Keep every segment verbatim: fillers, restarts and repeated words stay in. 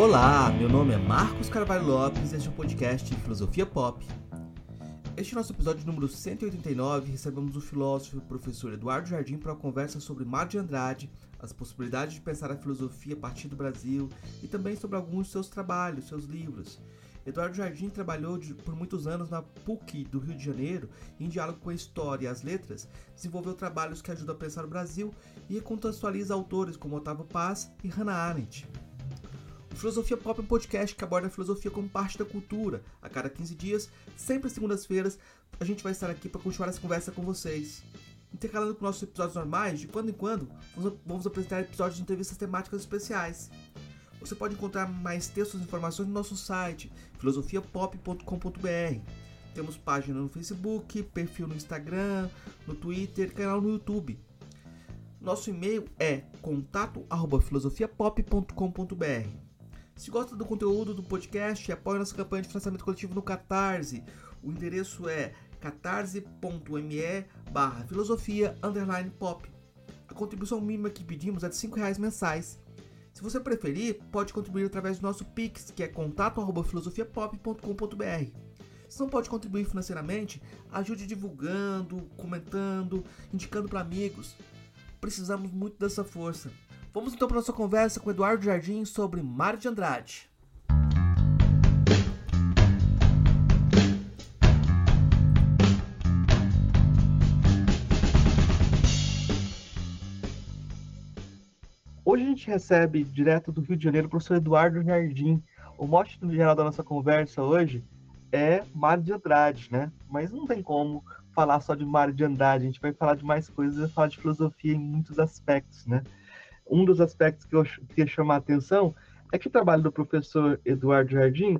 Olá, meu nome é Marcos Carvalho Lopes e este é o podcast Filosofia Pop. Este é o nosso episódio número cento e oitenta e nove. Recebemos o filósofo e professor Eduardo Jardim para uma conversa sobre Mário de Andrade, as possibilidades de pensar a filosofia a partir do Brasil e também sobre alguns de seus trabalhos, seus livros. Eduardo Jardim trabalhou de, por muitos anos na P U C do Rio de Janeiro e, em diálogo com a história e as letras, desenvolveu trabalhos que ajudam a pensar o Brasil e recontextualiza autores como Otávio Paz e Hannah Arendt. O Filosofia Pop é um podcast que aborda a filosofia como parte da cultura. A cada quinze dias, sempre às segundas-feiras, a gente vai estar aqui para continuar essa conversa com vocês. Intercalando com nossos episódios normais, de quando em quando, vamos apresentar episódios de entrevistas temáticas especiais. Você pode encontrar mais textos e informações no nosso site, filosofia pop ponto com ponto b r. Temos página no Facebook, perfil no Instagram, no Twitter e canal no YouTube. Nosso e-mail é contato arroba filosofia pop ponto com ponto b r. Se gosta do conteúdo do podcast, apoie nossa campanha de financiamento coletivo no Catarse. O endereço é catarse.me barra filosofia underline pop. A contribuição mínima que pedimos é de cinco reais mensais. Se você preferir, pode contribuir através do nosso Pix, que é contato arroba filosofia pop ponto com ponto b r. Se não pode contribuir financeiramente, ajude divulgando, comentando, indicando para amigos. Precisamos muito dessa força. Vamos então para a nossa conversa com Eduardo Jardim sobre Mário de Andrade. Hoje a gente recebe, direto do Rio de Janeiro, o professor Eduardo Jardim. O mote geral da nossa conversa hoje é Mário de Andrade, né? Mas não tem como falar só de Mário de Andrade, a gente vai falar de mais coisas, vai falar de filosofia em muitos aspectos, né? Um dos aspectos que eu queria chamar a atenção é que o trabalho do professor Eduardo Jardim,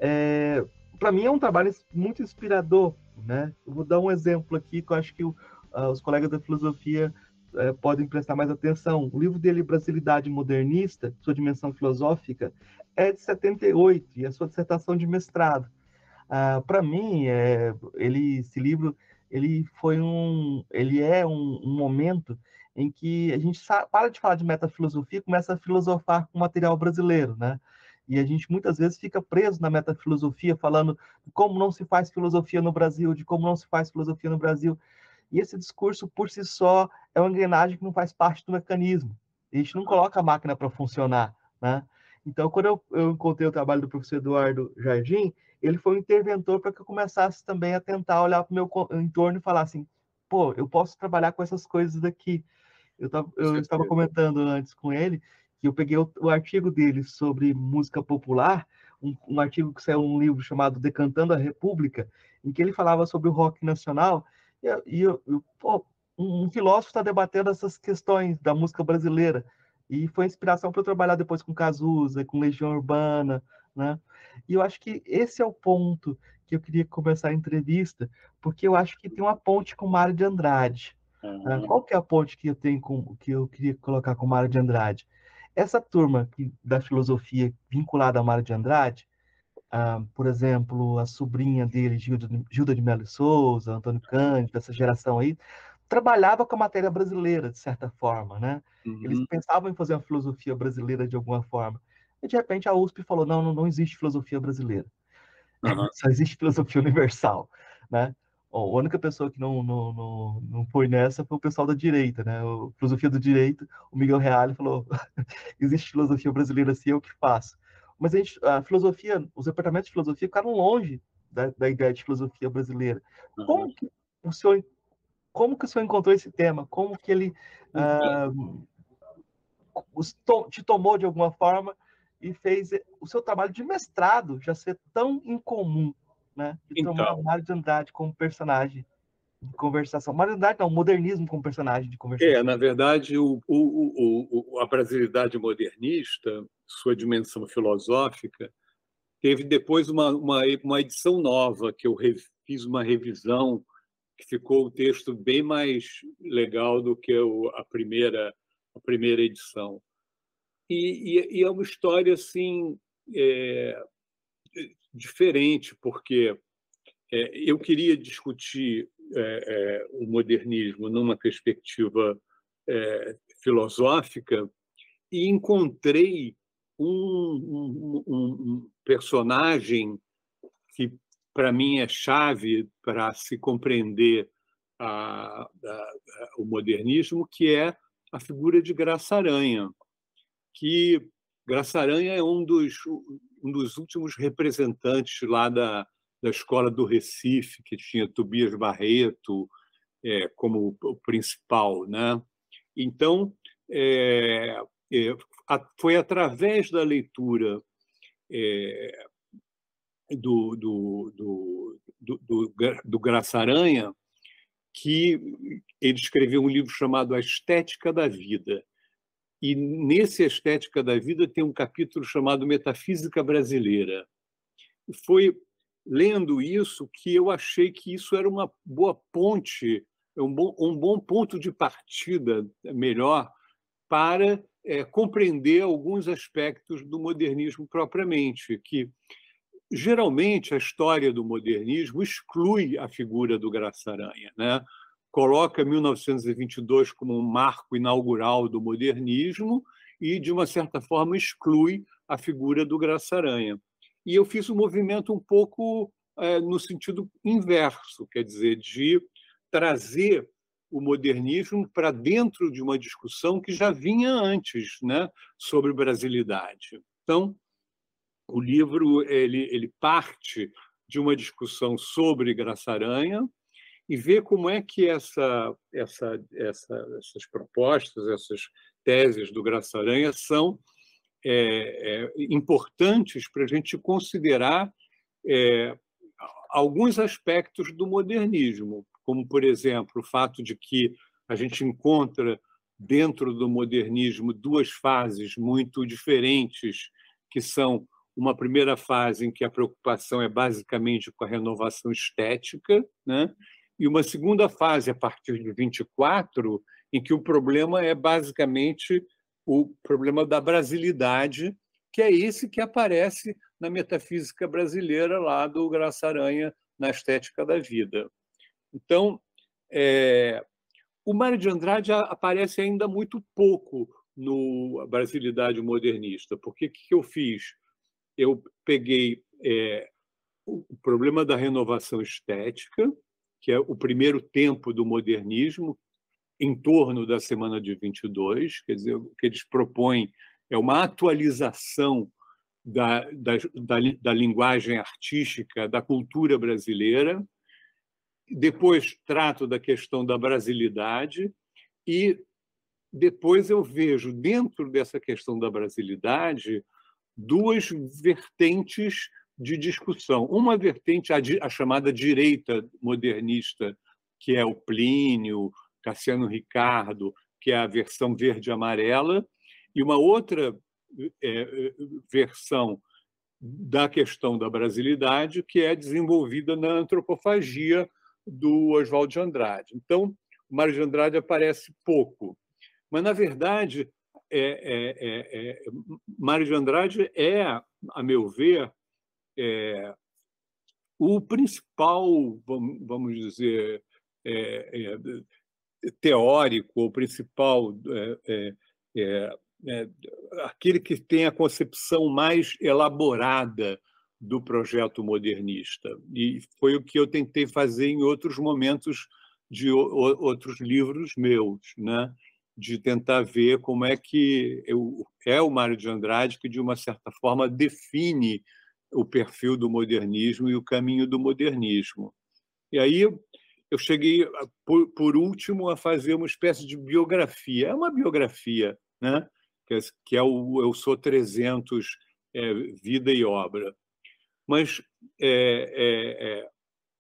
é, para mim, é um trabalho muito inspirador, né? Eu vou dar um exemplo aqui que eu acho que o, uh, os colegas da filosofia uh, podem prestar mais atenção. O livro dele, Brasilidade Modernista, Sua Dimensão Filosófica, é de setenta e oito e a sua dissertação de mestrado. Uh, para mim, é, ele, esse livro ele foi um, ele é um, um momento em que a gente para de falar de metafilosofia e começa a filosofar com o material brasileiro, né? E a gente muitas vezes fica preso na metafilosofia, falando de como não se faz filosofia no Brasil, de como não se faz filosofia no Brasil. E esse discurso, por si só, é uma engrenagem que não faz parte do mecanismo. A gente não coloca a máquina para funcionar, né? Então, quando eu, eu encontrei o trabalho do professor Eduardo Jardim, ele foi um interventor para que eu começasse também a tentar olhar para o meu entorno e falar assim, pô, eu posso trabalhar com essas coisas daqui. Eu, tava, eu estava comentando antes com ele que eu peguei o, o artigo dele sobre música popular, um, um artigo que saiu num livro chamado Decantando a República, em que ele falava sobre o rock nacional, e, e eu, eu, pô, um, um filósofo está debatendo essas questões da música brasileira, e foi inspiração para eu trabalhar depois com Cazuza, com Legião Urbana, né? E eu acho que esse é o ponto que eu queria começar a entrevista, porque eu acho que tem uma ponte com Mário de Andrade. Uhum. Qual que é a ponte que eu tenho com, que eu queria colocar com Mário de Andrade? Essa turma que, da filosofia vinculada a Mário de Andrade, ah, por exemplo, a sobrinha dele, Gilda, Gilda de Mello e Souza, Antônio Cândido, essa geração aí, trabalhava com a matéria brasileira, de certa forma, né? Uhum. Eles pensavam em fazer uma filosofia brasileira de alguma forma. E, de repente, a U S P falou, não, não, não existe filosofia brasileira. Uhum. Só existe filosofia universal, né? A única pessoa que não, não, não, não foi nessa foi o pessoal da direita, né? O filosofia do direito, o Miguel Reale falou, existe filosofia brasileira assim, eu que faço. Mas a, gente, a filosofia, os departamentos de filosofia ficaram longe da, da ideia de filosofia brasileira. Uhum. Como que o senhor, como que o senhor encontrou esse tema? Como que ele uhum. uh, te tomou de alguma forma e fez o seu trabalho de mestrado já ser tão incomum, né? De então, tomar Mário de Andrade como personagem de conversação. Mário de Andrade não, modernismo como personagem de conversação. É, na verdade, o, o, o, a brasilidade modernista, sua dimensão filosófica, teve depois uma, uma, uma edição nova, que eu fiz uma revisão, que ficou o texto bem mais legal do que a primeira, a primeira edição. E, e, e é uma história assim, é, diferente, porque é, eu queria discutir é, é, o modernismo numa perspectiva é, filosófica e encontrei um, um, um personagem que, para mim, é chave para se compreender a, a, a, o modernismo, que é a figura de Graça Aranha, que Graça Aranha é um dos, um dos últimos representantes lá da, da Escola do Recife, que tinha Tobias Barreto é, como o principal, né? Então, é, é, foi através da leitura é, do, do, do, do, do, do Graça Aranha que ele escreveu um livro chamado A Estética da Vida. E nesse Estética da Vida tem um capítulo chamado Metafísica Brasileira. Foi lendo isso que eu achei que isso era uma boa ponte, um bom, um bom ponto de partida melhor para é, compreender alguns aspectos do modernismo propriamente, que geralmente a história do modernismo exclui a figura do Graça Aranha, né? Coloca mil novecentos e vinte e dois como um marco inaugural do modernismo e, de uma certa forma, exclui a figura do Graça Aranha. E eu fiz um movimento um pouco é, no sentido inverso, quer dizer, de trazer o modernismo para dentro de uma discussão que já vinha antes, né, sobre brasilidade. Então, o livro ele, ele parte de uma discussão sobre Graça Aranha e vê como é que essa, essa, essa, essas propostas, essas teses do Graça Aranha são é, é, importantes para a gente considerar é, alguns aspectos do modernismo, como, por exemplo, o fato de que a gente encontra dentro do modernismo duas fases muito diferentes, que são uma primeira fase em que a preocupação é basicamente com a renovação estética, né? E uma segunda fase, a partir de vinte e quatro, em que o problema é basicamente o problema da brasilidade, que é esse que aparece na metafísica brasileira lá do Graça Aranha, na Estética da Vida. Então, é, o Mário de Andrade aparece ainda muito pouco no Brasilidade Modernista, porque o que eu fiz? Eu peguei é, o problema da renovação estética, que é o primeiro tempo do modernismo, em torno da Semana de vinte e dois, quer dizer, o que eles propõem é uma atualização da, da, da, da linguagem artística, da cultura brasileira. Depois trato da questão da brasilidade e depois eu vejo, dentro dessa questão da brasilidade, duas vertentes de discussão. Uma vertente, a, a chamada direita modernista, que é o Plínio, Cassiano Ricardo, que é a versão verde-amarela, e uma outra é, versão da questão da brasilidade, que é desenvolvida na antropofagia do Oswald de Andrade. Então, o Mário de Andrade aparece pouco. Mas, na verdade, é, é, é, é, Mário de Andrade é, a meu ver, é, o principal, vamos dizer, é, é, teórico, o principal, é, é, é, aquele que tem a concepção mais elaborada do projeto modernista. E foi o que eu tentei fazer em outros momentos de outros livros meus, né? De tentar ver como é que eu, é o Mário de Andrade que, de uma certa forma, define o perfil do modernismo e o caminho do modernismo. E aí eu cheguei, por, por último, a fazer uma espécie de biografia. É uma biografia, né? que, é, que é o Eu Sou trezentos, é, Vida e Obra. Mas, é, é, é,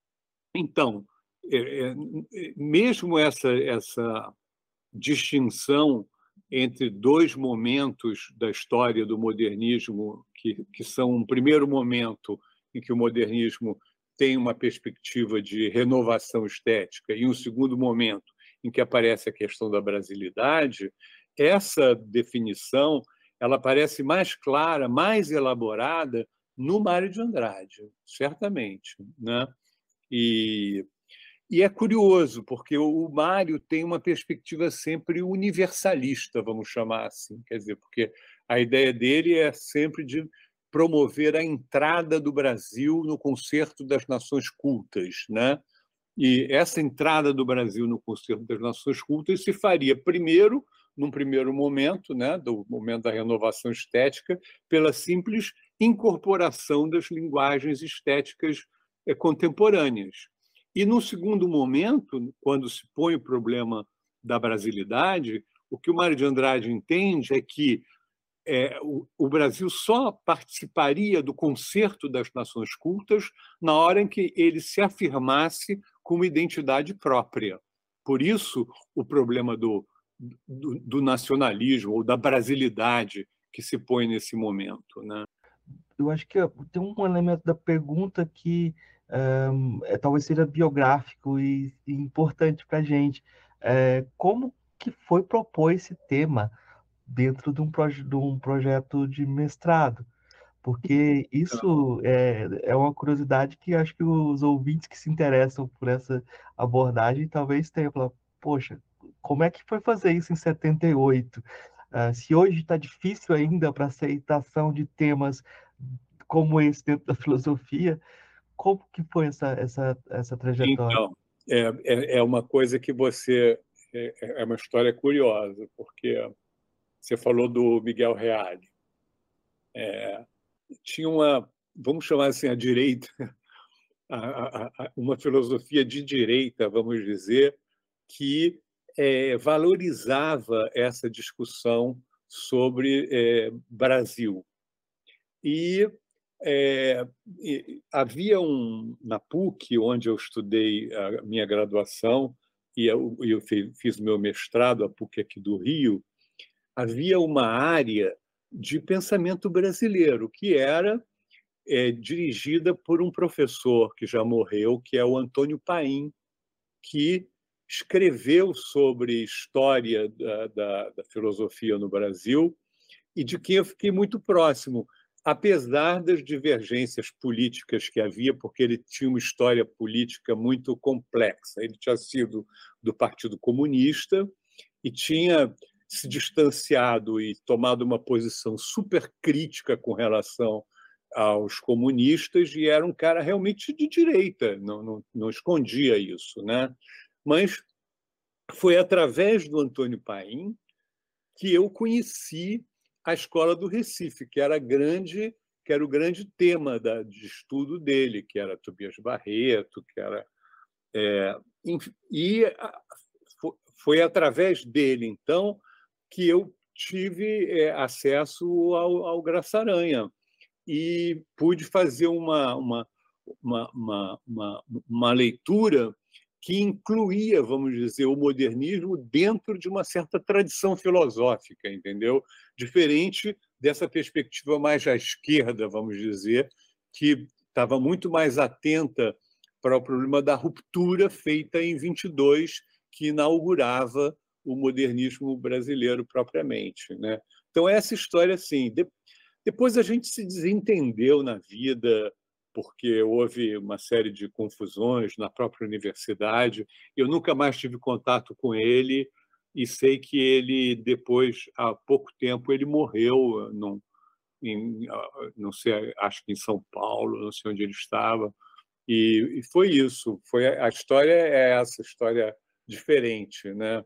então, é, é, mesmo essa, essa distinção entre dois momentos da história do modernismo, que, que são um primeiro momento em que o modernismo tem uma perspectiva de renovação estética e um segundo momento em que aparece a questão da brasilidade, essa definição ela parece mais clara, mais elaborada no Mário de Andrade, certamente, né? E E é curioso, porque o Mário tem uma perspectiva sempre universalista, vamos chamar assim, quer dizer, porque a ideia dele é sempre de promover a entrada do Brasil no concerto das nações cultas, né? E essa entrada do Brasil no concerto das nações cultas se faria primeiro, num primeiro momento, né, do momento da renovação estética, pela simples incorporação das linguagens estéticas contemporâneas. E, no segundo momento, quando se põe o problema da brasilidade, o que o Mário de Andrade entende é que é, o, o Brasil só participaria do concerto das nações cultas na hora em que ele se afirmasse como identidade própria. Por isso, o problema do, do, do nacionalismo ou da brasilidade que se põe nesse momento, né? Eu acho que tem um elemento da pergunta que um, é, talvez seja biográfico e, e importante para a gente. É, como que foi propor esse tema dentro de um, proje de um projeto de mestrado? Porque isso é, é uma curiosidade que acho que os ouvintes que se interessam por essa abordagem talvez tenham. Falar, poxa, como é que foi fazer isso em setenta e oito? Uh, se hoje está difícil ainda para aceitação de temas como esse dentro da filosofia, como que foi essa, essa, essa trajetória? Então, é, é, é uma coisa que você... É, é uma história curiosa, porque você falou do Miguel Reale. É, tinha uma, vamos chamar assim, a direita, a, a, a, uma filosofia de direita, vamos dizer, que é, valorizava essa discussão sobre é, Brasil. E, é, e havia um, na PUC, onde eu estudei a minha graduação, e eu, eu fiz meu mestrado, a PUC aqui do Rio, havia uma área de pensamento brasileiro, que era é, dirigida por um professor que já morreu, que é o Antônio Paim, que escreveu sobre história da, da, da filosofia no Brasil e de quem eu fiquei muito próximo, apesar das divergências políticas que havia, porque ele tinha uma história política muito complexa. Ele tinha sido do Partido Comunista e tinha se distanciado e tomado uma posição super crítica com relação aos comunistas, e era um cara realmente de direita, não, não, não escondia isso, né? Mas foi através do Antônio Paim que eu conheci a Escola do Recife, que era grande, que era o grande tema da, de estudo dele, que era Tobias Barreto, que era é, e foi através dele, então, que eu tive é, acesso ao, ao Graça Aranha e pude fazer uma, uma, uma, uma, uma, uma leitura que incluía, vamos dizer, o modernismo dentro de uma certa tradição filosófica, entendeu? Diferente dessa perspectiva mais à esquerda, vamos dizer, que estava muito mais atenta para o problema da ruptura feita em vinte e dois, que inaugurava o modernismo brasileiro propriamente, né? Então, essa história, assim, de... depois a gente se desentendeu na vida, porque houve uma série de confusões na própria universidade. Eu nunca mais tive contato com ele e sei que ele, depois, há pouco tempo, ele morreu, num, em, não sei, acho que em São Paulo, não sei onde ele estava. E, e foi isso. Foi, a história é essa, história diferente, né?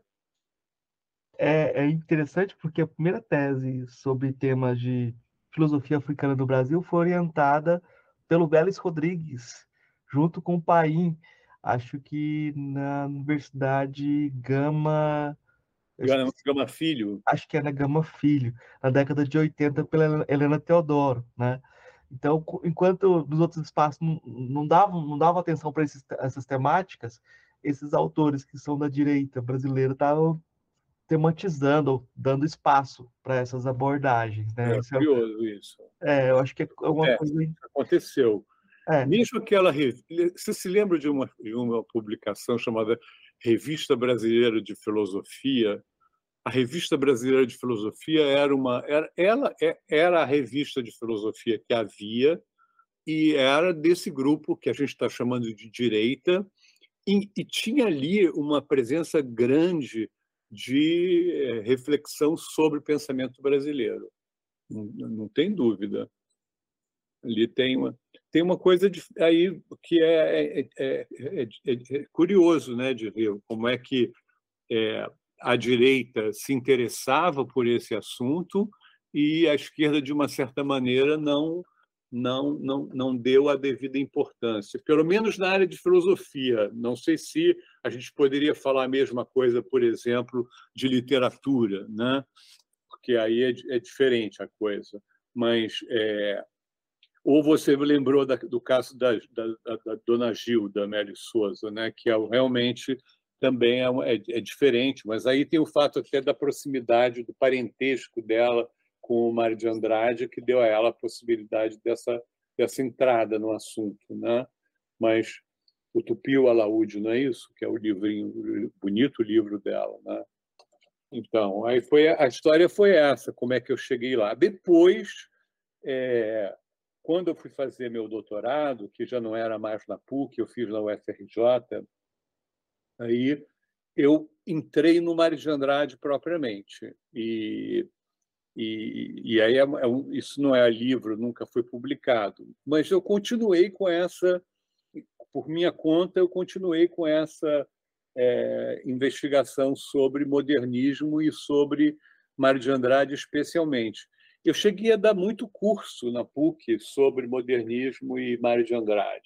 É, é interessante porque a primeira tese sobre temas de filosofia africana do Brasil foi orientada pelo Vélez Rodrigues, junto com o Paim, acho que na Universidade Gama, Gama, Gama Filho. acho que é na Gama Filho, na década de oitenta, pela Helena Teodoro, né? Então, enquanto nos outros espaços não, não davam não dava atenção para essas temáticas, esses autores que são da direita brasileira estavam tematizando, dando espaço para essas abordagens, né? É Isso curioso isso. é, eu acho que é uma É, coisa. aconteceu. É. Mesmo aquela. Você se lembra de uma, de uma publicação chamada Revista Brasileira de Filosofia? A Revista Brasileira de Filosofia era uma. Era, ela era a revista de filosofia que havia, e era desse grupo que a gente está chamando de direita, e, e tinha ali uma presença grande de é, reflexão sobre o pensamento brasileiro. Não, não tem dúvida. Ali tem uma, tem uma coisa de, aí que é, é, é, é, é curioso, né, de ver como é que é, a direita se interessava por esse assunto e a esquerda, de uma certa maneira, não, não, não, não deu a devida importância, pelo menos na área de filosofia. Não sei se a gente poderia falar a mesma coisa, por exemplo, de literatura, né? Porque aí é, é diferente a coisa. Mas é, ou você lembrou da, do caso da, da, da Dona Gilda Meli Souza, né? Que é, realmente também é, é, é diferente, mas aí tem o fato até da proximidade, do parentesco dela com o Mário de Andrade, que deu a ela a possibilidade dessa, dessa entrada no assunto, né? Mas o Tupi e o Alaúde, não é isso? Que é o livrinho, o bonito livro dela, né? Então, aí foi, a história foi essa, como é que eu cheguei lá. Depois, é, quando eu fui fazer meu doutorado, que já não era mais na PUC, eu fiz na U F R J, aí eu entrei no Mário de Andrade propriamente. E, e, e aí é, é, isso não é livro, nunca foi publicado. Mas eu continuei com essa, por minha conta, eu continuei com essa é, investigação sobre modernismo e sobre Mário de Andrade especialmente. Eu cheguei a dar muito curso na PUC sobre modernismo e Mário de Andrade.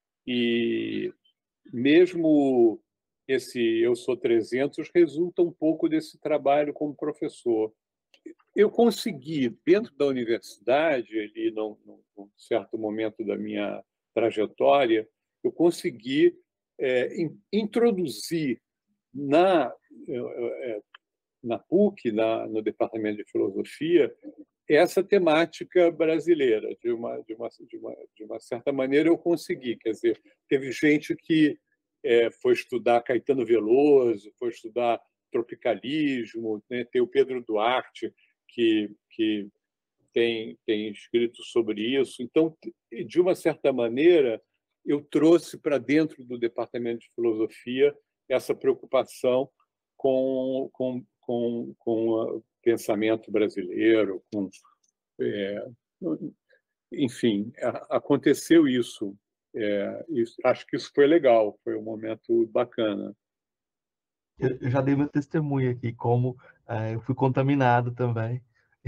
E mesmo esse Eu Sou trezentos resulta um pouco desse trabalho como professor. Eu consegui, dentro da universidade, ali num, num certo momento da minha trajetória, eu consegui é, introduzir na, na PUC, na, no Departamento de Filosofia, essa temática brasileira. De uma, de, uma, de, uma, de uma certa maneira, eu consegui. Quer dizer, teve gente que é, foi estudar Caetano Veloso, foi estudar tropicalismo, né? Tem o Pedro Duarte, que, que tem, tem escrito sobre isso. Então, de uma certa maneira, eu trouxe para dentro do Departamento de Filosofia essa preocupação com, com, com, com o pensamento brasileiro, com, é, enfim, aconteceu isso. É, isso. Acho que isso foi legal, foi um momento bacana. Eu, eu já dei meu testemunho aqui, como uh, eu fui contaminado também.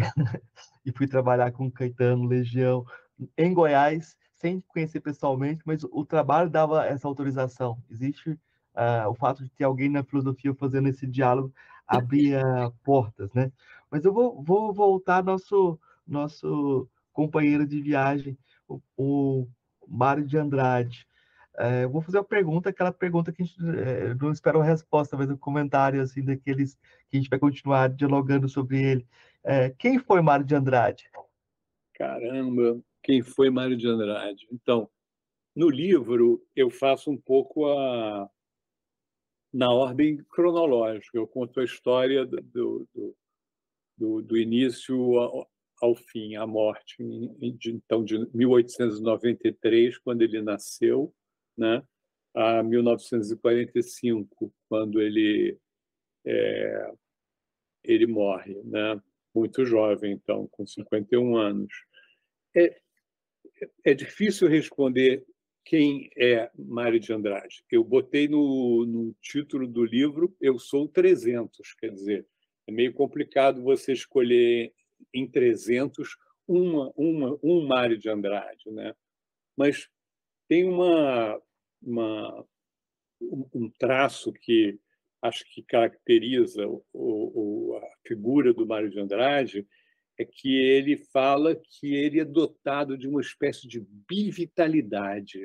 E fui trabalhar com Caetano, Legião, em Goiás, sem conhecer pessoalmente, mas o trabalho dava essa autorização. Existe uh, o fato de ter alguém na filosofia fazendo esse diálogo, abria portas, né? Mas eu vou, vou voltar ao nosso, nosso companheiro de viagem, o, o Mário de Andrade. É, eu vou fazer uma pergunta, aquela pergunta que a gente é, não espera uma resposta, mas um comentário assim daqueles que a gente vai continuar dialogando sobre ele. É, quem foi Mário de Andrade? Caramba, quem foi Mário de Andrade? Então, no livro eu faço um pouco a na ordem cronológica. Eu conto a história do, do, do, do início ao, ao fim, à morte, de, então de mil oitocentos e noventa e três, quando ele nasceu, né, a mil novecentos e quarenta e cinco, quando ele é, ele morre, né, muito jovem, então, com cinquenta e um anos. É, é difícil responder quem é Mário de Andrade. Eu botei no, no título do livro Eu Sou trezentos, quer dizer, é meio complicado você escolher em trezentos uma, uma, um Mário de Andrade, né? Mas tem uma, uma, um traço que acho que caracteriza o, o, a figura do Mário de Andrade, é que ele fala que ele é dotado de uma espécie de bivitalidade.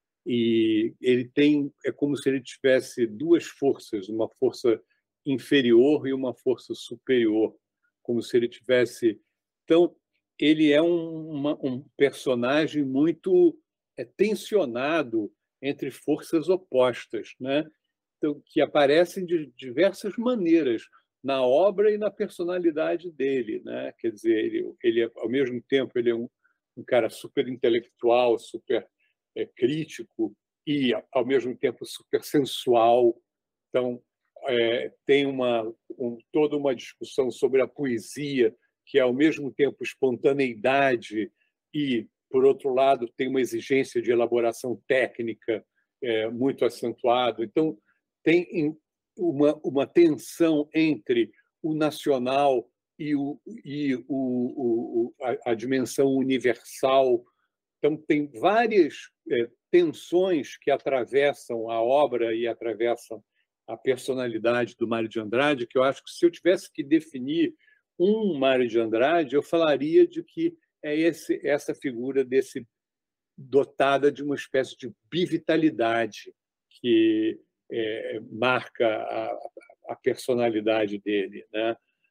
E ele tem, é como se ele tivesse duas forças, uma força inferior e uma força superior, como se ele tivesse. Então, ele é um, uma, um personagem muito é, tensionado entre forças opostas, né? Então, que aparecem de diversas maneiras na obra e na personalidade dele, né? Quer dizer, ele, ele é, ao mesmo tempo ele é um, um cara super intelectual, super é, crítico, e, ao mesmo tempo, super sensual. Então, é, tem uma, um, toda uma discussão sobre a poesia, que é, ao mesmo tempo, espontaneidade e, por outro lado, tem uma exigência de elaboração técnica é, muito acentuada. Então, tem uma, uma tensão entre o nacional e, o, e o, o, a, a dimensão universal. Então, tem várias é, tensões que atravessam a obra e atravessam a personalidade do Mário de Andrade, que eu acho que, se eu tivesse que definir um Mário de Andrade, eu falaria de que é esse, essa figura desse dotada de uma espécie de bivitalidade que é, marca a, a personalidade dele, né?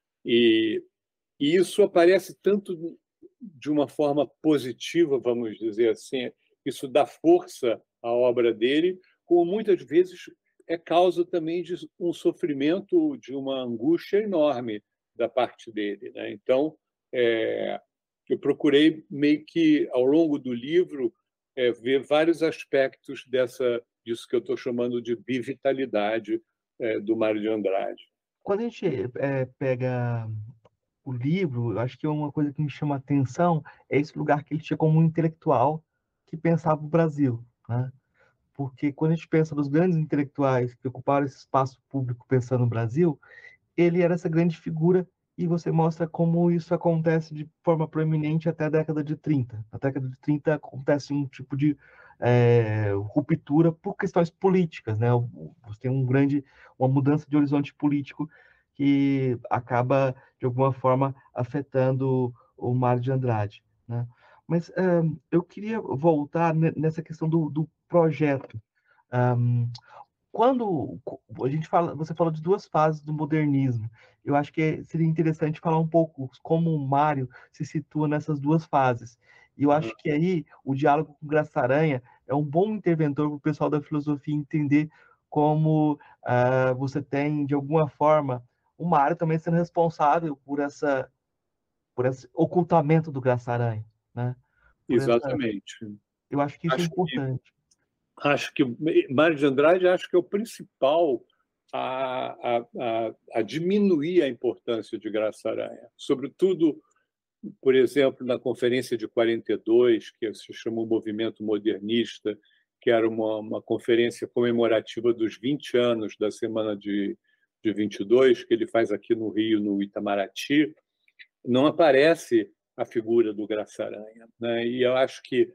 E, e isso aparece tanto de uma forma positiva, vamos dizer assim, isso dá força à obra dele, como muitas vezes é causa também de um sofrimento, de uma angústia enorme da parte dele, né? Então, é, eu procurei meio que, ao longo do livro, é, ver vários aspectos dessa, disso que eu estou chamando de bivitalidade é, do Mário de Andrade. Quando a gente é, pega o livro, eu acho que uma coisa que me chama a atenção é esse lugar que ele tinha como um intelectual que pensava o Brasil, né? Porque quando a gente pensa nos grandes intelectuais que ocuparam esse espaço público pensando no Brasil, ele era essa grande figura, e você mostra como isso acontece de forma proeminente até a década de trinta. Na década de trinta acontece um tipo de é, ruptura por questões políticas, né? Você tem um grande, uma mudança de horizonte político que acaba, de alguma forma, afetando o Mário de Andrade, né? Mas um, eu queria voltar nessa questão do, do projeto. Um, quando a gente fala, você falou de duas fases do modernismo. Eu acho que seria interessante falar um pouco como o Mário se situa nessas duas fases. E eu acho que aí o diálogo com Graça Aranha é um bom interventor para o pessoal da filosofia entender como uh, você tem, de alguma forma, o Mário também sendo responsável por essa, por esse ocultamento do Graça Aranha, né? Por essa, Exatamente. eu acho que isso é Acho que importante. acho que Mário de Andrade acho que é o principal a, a, a, a diminuir a importância de Graça Aranha, sobretudo, por exemplo, na Conferência de quarenta e dois, que se chamou Movimento Modernista, que era uma, uma conferência comemorativa dos vinte anos da Semana de, de vinte e dois, que ele faz aqui no Rio, no Itamaraty, não aparece a figura do Graça Aranha, né? E eu acho que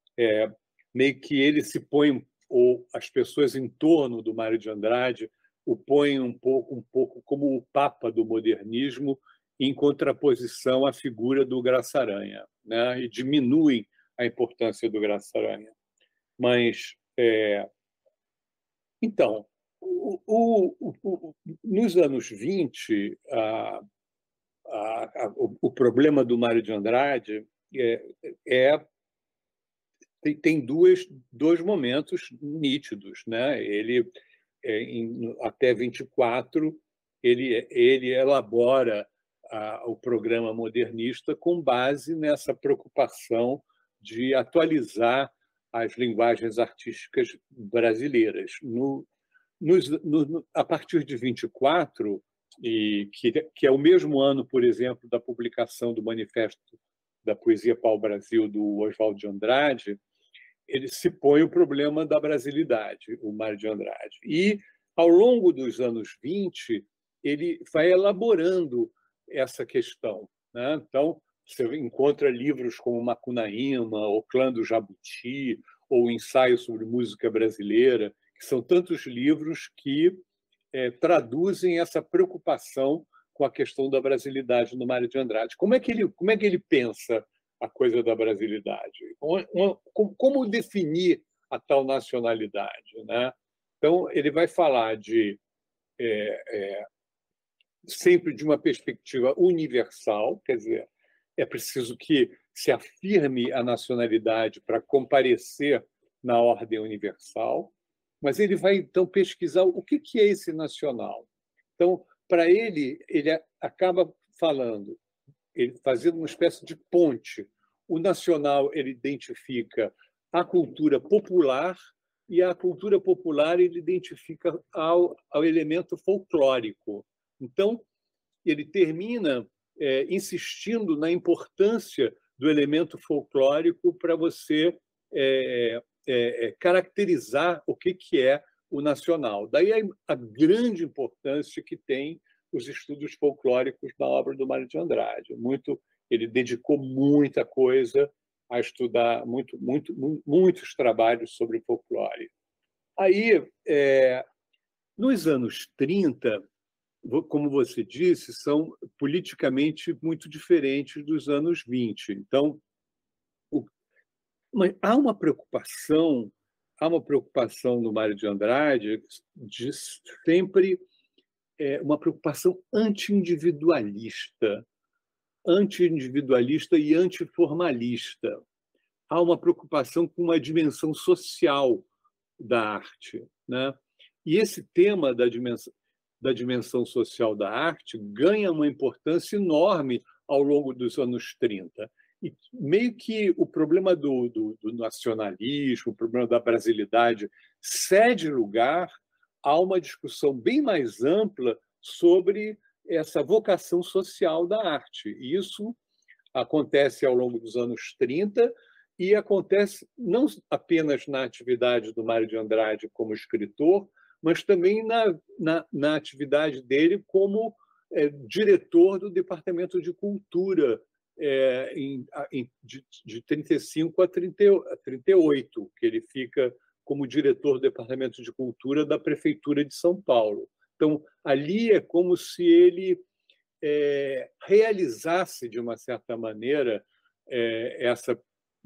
é, meio que ele se põe, ou as pessoas em torno do Mário de Andrade o põem um pouco, um pouco como o papa do modernismo, em contraposição à figura do Graça Aranha, né? E diminuem a importância do Graça Aranha. Mas, é... então, o, o, o, nos anos vinte, a, a, a, o, o problema do Mário de Andrade é, é tem, tem duas, dois momentos nítidos, né? Ele, é, em, até vinte e quatro, ele, ele elabora a, o programa modernista com base nessa preocupação de atualizar as linguagens artísticas brasileiras. No, nos, no, a partir de vinte e quatro, e que, que é o mesmo ano, por exemplo, da publicação do Manifesto da Poesia Pau-Brasil, do Oswald de Andrade, ele se põe o problema da brasilidade, o Mário de Andrade. E, ao longo dos anos vinte, ele vai elaborando essa questão, né? Então, você encontra livros como Macunaíma, O Clã do Jabuti, ou Ensaio sobre Música Brasileira, que são tantos livros que é, traduzem essa preocupação com a questão da brasilidade no Mário de Andrade. Como é que ele, como é que ele pensa a coisa da brasilidade? Como, como definir a tal nacionalidade, né? Então, ele vai falar de é, é, sempre de uma perspectiva universal, quer dizer, é preciso que se afirme a nacionalidade para comparecer na ordem universal, mas ele vai, então, pesquisar o que é esse nacional. Então, para ele, ele acaba falando, ele fazendo uma espécie de ponte. O nacional, ele identifica a cultura popular, e a cultura popular ele identifica ao, ao elemento folclórico. Então, ele termina é, insistindo na importância do elemento folclórico para você é, é, caracterizar o que, que é o nacional. Daí a, a grande importância que tem os estudos folclóricos na obra do Mário de Andrade. Muito, ele dedicou muita coisa a estudar, muito, muito, muitos trabalhos sobre folclore. Aí, é, nos anos trinta, como você disse, são politicamente muito diferentes dos anos vinte. Então, o, mas há uma preocupação, há uma preocupação no Mário de Andrade de sempre é, uma preocupação anti-individualista, anti-individualista e antiformalista. Há uma preocupação com uma dimensão social da arte, né? E esse tema da dimensão, da dimensão social da arte ganha uma importância enorme ao longo dos anos trinta. E meio que o problema do, do, do nacionalismo, o problema da brasilidade, cede lugar a uma discussão bem mais ampla sobre essa vocação social da arte. E isso acontece ao longo dos anos trinta e acontece não apenas na atividade do Mário de Andrade como escritor, mas também na, na, na atividade dele como é, diretor do Departamento de Cultura é, em, em, de, de trinta e cinco a trinta e oito, que ele fica como diretor do Departamento de Cultura da Prefeitura de São Paulo. Então, ali é como se ele é, realizasse, de uma certa maneira, é, essa,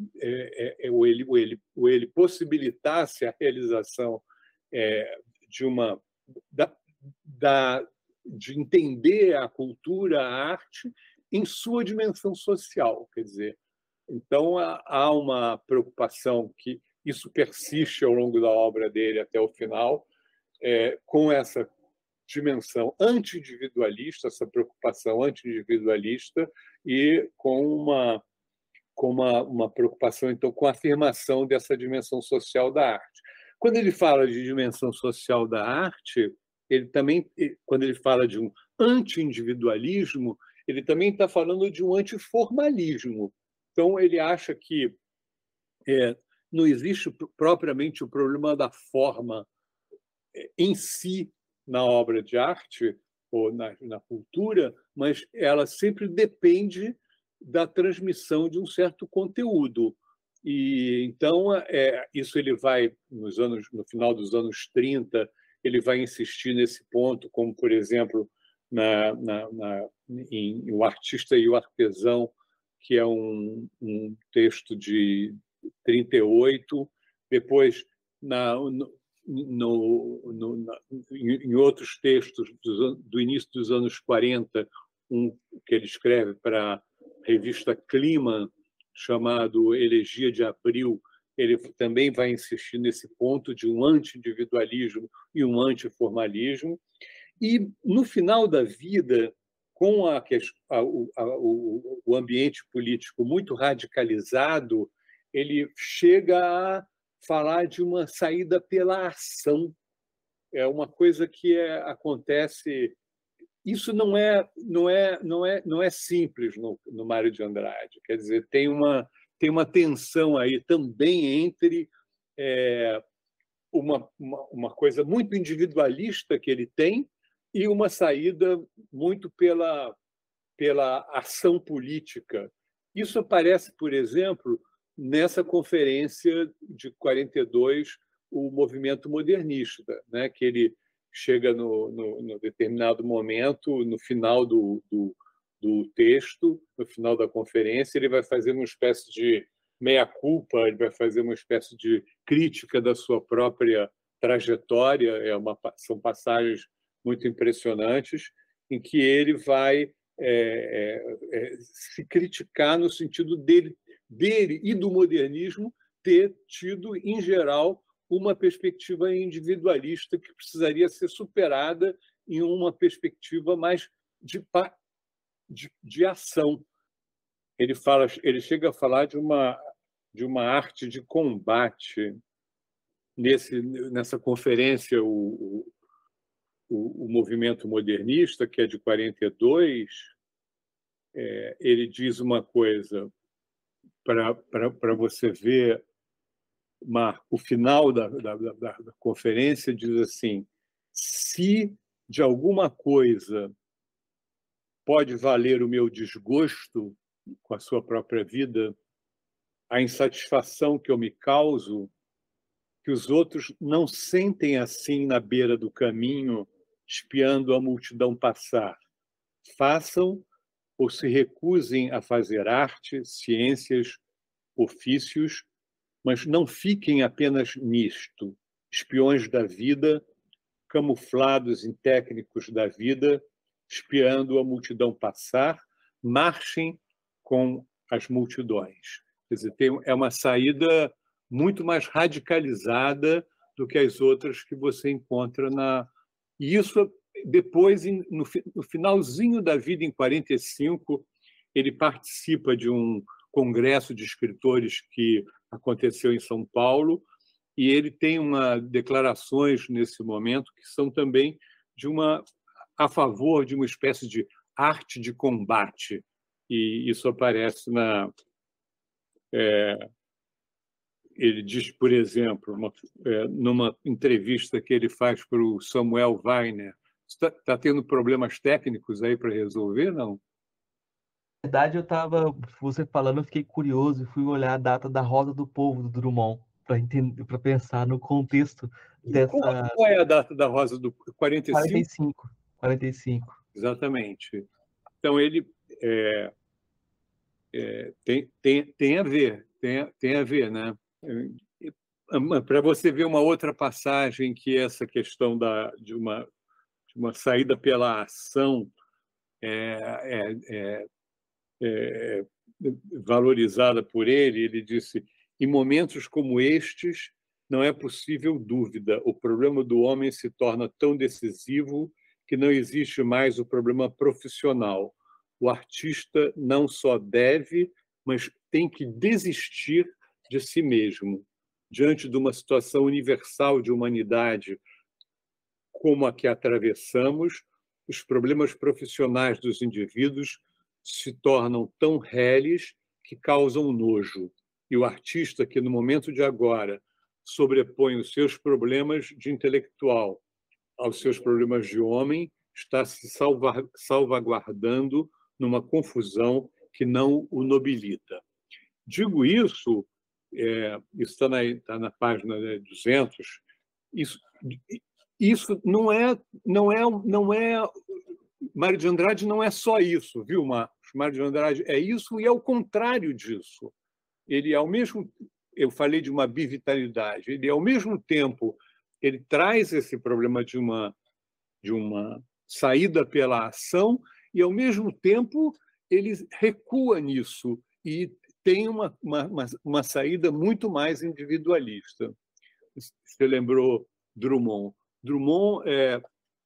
é, é, ou, ele, ou, ele, ou ele possibilitasse a realização é, de uma da, da, de entender a cultura, a arte, em sua dimensão social. Quer dizer, então há uma preocupação que isso persiste ao longo da obra dele até o final, é, com essa dimensão anti-individualista, essa preocupação anti-individualista e com uma com uma, uma preocupação então com a afirmação dessa dimensão social da arte. Quando ele fala de dimensão social da arte, ele também, quando ele fala de um anti-individualismo, ele também está falando de um antiformalismo. Então, ele acha que é, não existe propriamente o problema da forma em si na obra de arte ou na, na cultura, mas ela sempre depende da transmissão de um certo conteúdo. E então é, isso ele vai nos anos, no final dos anos trinta, ele vai insistir nesse ponto, como por exemplo na, na, na em, em O Artista e o Artesão, que é um, um texto de trinta e oito. Depois na, no, no, no, na, em outros textos do, do início dos anos quarenta, um que ele escreve para a revista Clima, chamado Elegia de Abril, ele também vai insistir nesse ponto de um anti-individualismo e um antiformalismo. E, no final da vida, com a, a, a, o, o ambiente político muito radicalizado, ele chega a falar de uma saída pela ação. É uma coisa que é, acontece... Isso não é, não é, não é, não é simples no, no Mário de Andrade. Quer dizer, tem uma, tem uma tensão aí também entre é, uma, uma, uma coisa muito individualista que ele tem e uma saída muito pela, pela ação política. Isso aparece, por exemplo, nessa conferência de quarenta e dois, o movimento modernista, né, que ele chega no, no, no determinado momento, no final do, do, do texto, no final da conferência, ele vai fazer uma espécie de meia-culpa, ele vai fazer uma espécie de crítica da sua própria trajetória. É uma, são passagens muito impressionantes, em que ele vai é, é, se criticar no sentido dele, dele e do modernismo ter tido, em geral, uma perspectiva individualista que precisaria ser superada em uma perspectiva mais de, de, de ação. Ele, fala, ele chega a falar de uma, de uma arte de combate. nesse, nessa conferência, o, o, o movimento modernista, que é de quarenta e dois, é, ele diz uma coisa, para você ver, Marco, o final da, da, da, da conferência diz assim: se de alguma coisa pode valer o meu desgosto com a sua própria vida, a insatisfação que eu me causo, que os outros não sentem assim na beira do caminho, espiando a multidão passar. Façam ou se recusem a fazer arte, ciências, ofícios, mas não fiquem apenas nisto, espiões da vida, camuflados em técnicos da vida, espiando a multidão passar, marchem com as multidões. Quer dizer, tem, é uma saída muito mais radicalizada do que as outras que você encontra na... E isso, depois, no, no finalzinho da vida, em quarenta e cinco, ele participa de um congresso de escritores que aconteceu em São Paulo, e ele tem uma declarações nesse momento que são também de uma a favor de uma espécie de arte de combate, e isso aparece na é, ele diz, por exemplo, uma, é, numa entrevista que ele faz para o Samuel Weiner, está tá tendo problemas técnicos aí para resolver, não? Na verdade, eu estava, você falando, eu fiquei curioso e fui olhar a data da Rosa do Povo do Drummond para entender, para pensar no contexto dessa Qual, qual é a data da Rosa do quarenta e cinco? quarenta e cinco. quarenta e cinco. Exatamente. Então ele é, é, tem, tem, tem a ver, tem, tem a ver, né? Para você ver uma outra passagem que essa questão da, de, uma, de uma saída pela ação é, é, é, é valorizada por ele, ele disse: em momentos como estes, não é possível dúvida, o problema do homem se torna tão decisivo que não existe mais o problema profissional. O artista não só deve, mas tem que desistir de si mesmo. Diante de uma situação universal de humanidade como a que atravessamos, os problemas profissionais dos indivíduos se tornam tão reles que causam nojo. E o artista que, no momento de agora, sobrepõe os seus problemas de intelectual aos seus problemas de homem, está se salva, salvaguardando numa confusão que não o nobilita. Digo isso, é, isso está na, tá na página duzentos, isso, isso não é, não é, não é, Mário de Andrade não é só isso, viu, Marcos? Mário de Andrade é isso e é o contrário disso. Ele, ao mesmo, eu falei de uma bivitalidade, ele, ao mesmo tempo, ele traz esse problema de uma, de uma saída pela ação e, ao mesmo tempo, ele recua nisso e tem uma, uma, uma saída muito mais individualista. Você lembrou Drummond. Drummond é,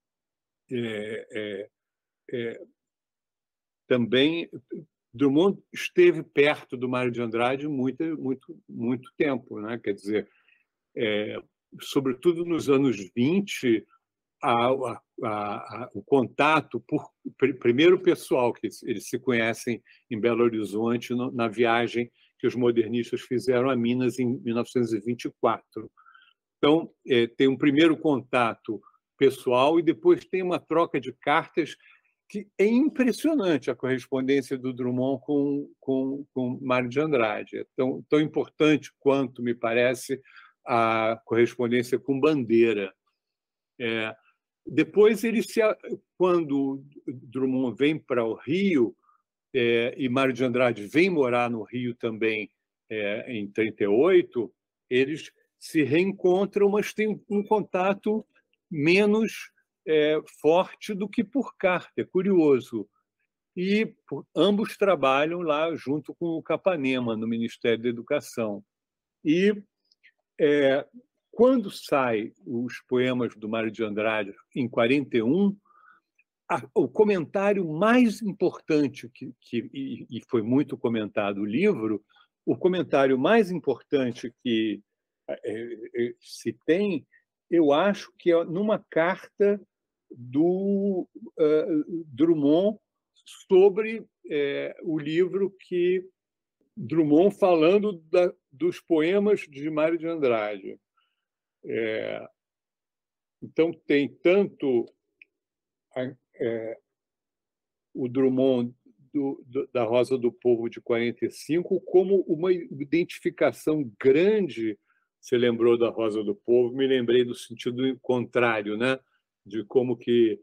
é, é, é, também... Drummond esteve perto do Mário de Andrade muito, muito, muito tempo, né? Quer dizer, é, sobretudo nos anos vinte, a, a, a, o contato, por, primeiro pessoal, que eles se conhecem em Belo Horizonte, no, na viagem que os modernistas fizeram a Minas em mil novecentos e vinte e quatro. Então, é, tem um primeiro contato pessoal e depois tem uma troca de cartas que é impressionante, a correspondência do Drummond com, com, com Mário de Andrade. É tão, tão importante quanto, me parece, a correspondência com Bandeira. É, depois, ele se, quando Drummond vem para o Rio, é, e Mário de Andrade vem morar no Rio também é, em trinta e oito, eles se reencontram, mas têm um contato menos é, forte do que por carta. É curioso. E por, ambos trabalham lá junto com o Capanema, no Ministério da Educação. E é, quando saem os poemas do Mário de Andrade, em quarenta e um, a, o comentário mais importante, que, que, e, e foi muito comentado o livro, o comentário mais importante que é, é, se tem, eu acho que é numa carta do uh, Drummond sobre é, o livro que Drummond falando da, dos poemas de Mário de Andrade. É, então, tem tanto a, é, o Drummond do, do, da Rosa do Povo de quarenta e cinco como uma identificação grande. Você lembrou da Rosa do Povo, me lembrei do sentido contrário, né? De como que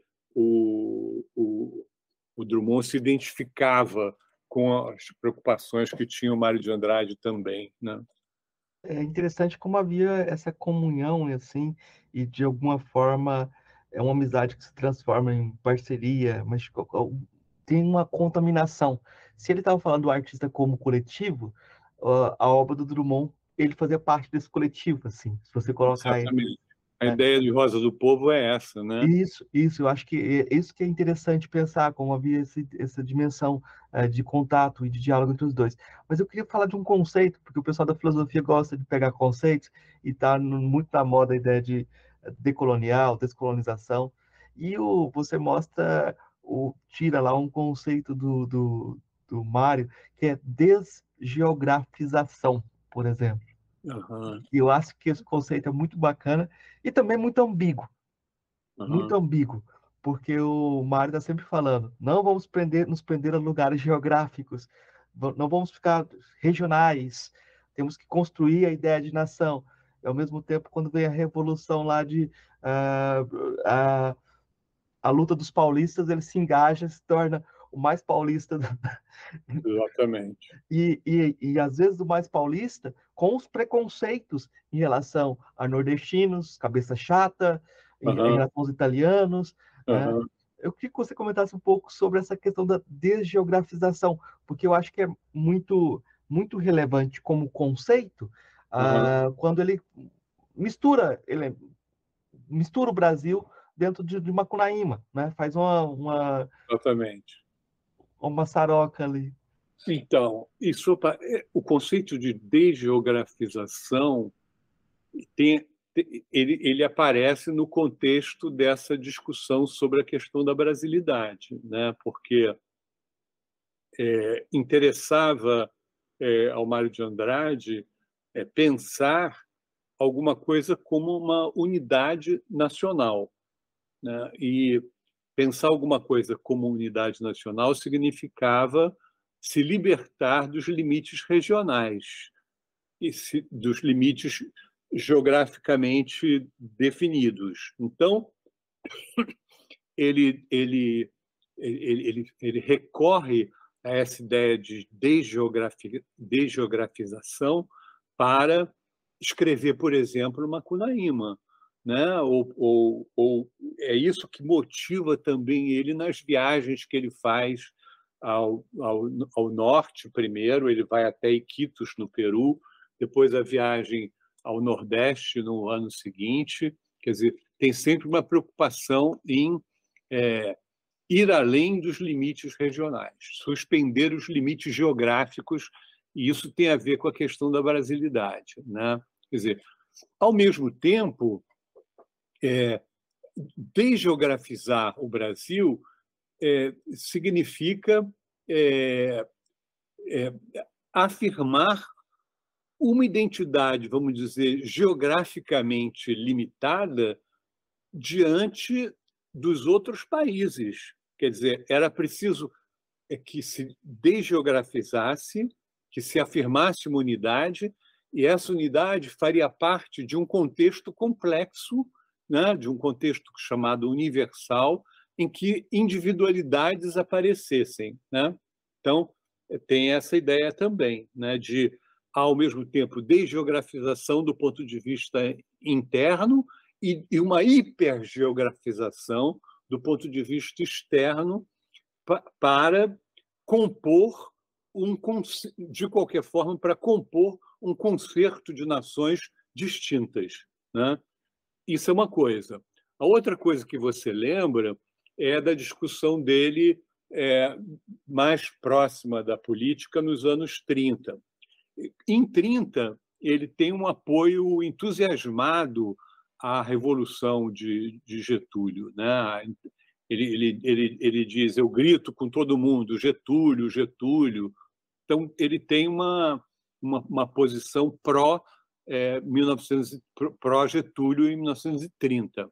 o, o, o Drummond se identificava com as preocupações que tinha o Mário de Andrade também, né? É interessante como havia essa comunhão, assim, e de alguma forma é uma amizade que se transforma em parceria, mas tem uma contaminação. Se ele estava falando do artista como coletivo, a obra do Drummond, ele fazia parte desse coletivo, assim, se você colocar ele, Exatamente. A né? ideia de Rosa do Povo é essa, né? Isso, isso, eu acho que é isso que é interessante pensar, como havia esse, essa dimensão uh, de contato e de diálogo entre os dois. Mas eu queria falar de um conceito, porque o pessoal da filosofia gosta de pegar conceitos e está muito na moda a ideia de decolonial, descolonização. E o, você mostra, o, tira lá um conceito do, do, do Mário, que é desgeografização, por exemplo. Uhum. E eu acho que esse conceito é muito bacana e também muito ambíguo. Muito Uhum. ambíguo, porque o Mário está sempre falando, não vamos prender, nos prender a lugares geográficos, não vamos ficar regionais, temos que construir a ideia de nação. E, ao mesmo tempo, quando vem a revolução lá de uh, a, a luta dos paulistas, ele se engaja, se torna o mais paulista. Exatamente. E, e, e, às vezes, o mais paulista com os preconceitos em relação a nordestinos, cabeça chata, em, em Uhum. relação aos italianos. Né? Uhum. Eu queria que você comentasse um pouco sobre essa questão da desgeografização, porque eu acho que é muito, muito relevante como conceito Uhum. uh, quando ele mistura, ele mistura o Brasil dentro de, de Macunaíma, né? Faz uma, uma, Exatamente. uma saroca ali. Então, isso, o conceito de desgeografização tem, ele, ele aparece no contexto dessa discussão sobre a questão da brasilidade, né? Porque é, interessava é, ao Mário de Andrade é, pensar alguma coisa como uma unidade nacional, né? E pensar alguma coisa como unidade nacional significava se libertar dos limites regionais e se, dos limites geograficamente definidos. Então, ele, ele, ele, ele, ele recorre a essa ideia de desgeografi, desgeografização para escrever, por exemplo, Macunaíma. Né? Ou, ou, ou é isso que motiva também ele nas viagens que ele faz ao, ao, ao norte. Primeiro, ele vai até Iquitos, no Peru, depois a viagem ao Nordeste no ano seguinte. Quer dizer, tem sempre uma preocupação em é, ir além dos limites regionais, suspender os limites geográficos, e isso tem a ver com a questão da brasilidade. Né? Quer dizer, ao mesmo tempo, é, desgeografizar o Brasil é, significa é, é, afirmar uma identidade, vamos dizer, geograficamente limitada diante dos outros países. Quer dizer, era preciso que se desgeografizasse, que se afirmasse uma unidade, e essa unidade faria parte de um contexto complexo, né, de um contexto chamado universal, em que individualidades aparecessem. Né? Então, tem essa ideia também, né, de, ao mesmo tempo, desgeografização do ponto de vista interno e, e uma hipergeografização do ponto de vista externo pa, para compor, um, de qualquer forma, para compor um concerto de nações distintas. Né? Isso é uma coisa. A outra coisa que você lembra é da discussão dele é, mais próxima da política nos anos trinta. Em trinta, ele tem um apoio entusiasmado à Revolução de, de Getúlio, né? Ele, ele, ele, ele diz: eu grito com todo mundo, Getúlio, Getúlio. Então, ele tem uma, uma, uma posição pró, é, mil e novecentos, pró Getúlio em mil novecentos e trinta.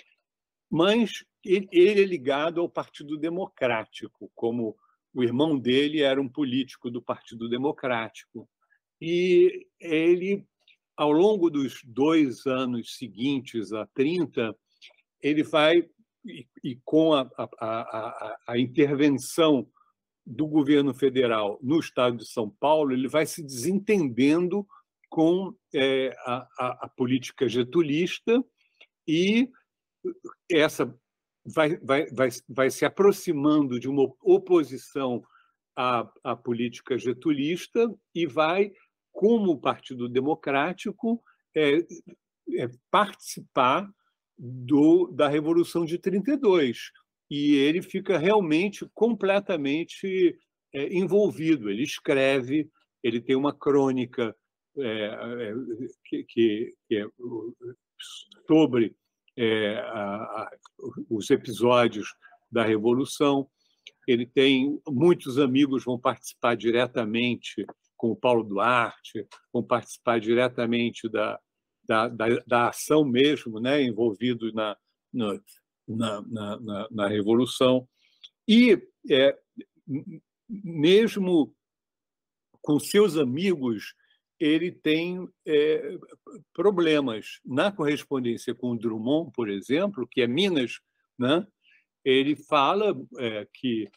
Mas ele, ele é ligado ao Partido Democrático, como o irmão dele era um político do Partido Democrático. E ele, ao longo dos dois anos seguintes a trinta, ele vai, e, e com a, a, a, a intervenção do governo federal no estado de São Paulo, ele vai se desentendendo com é, a, a, a política getulista e essa vai, vai, vai, vai se aproximando de uma oposição à, à política getulista e vai, como o Partido Democrático, é, é, participar do, da Revolução de trinta e dois. E ele fica realmente completamente é, envolvido. Ele escreve, ele tem uma crônica é, é, que, que, que é sobre é, a, a, os episódios da Revolução. Ele tem muitos amigos vão participar diretamente, com o Paulo Duarte, vão participar diretamente da, da, da, da ação mesmo, né, envolvidos na, na, na, na, na Revolução. E, é, mesmo com seus amigos, ele tem é, problemas. Na correspondência com o Drummond, por exemplo, que é Minas, né, ele fala é, que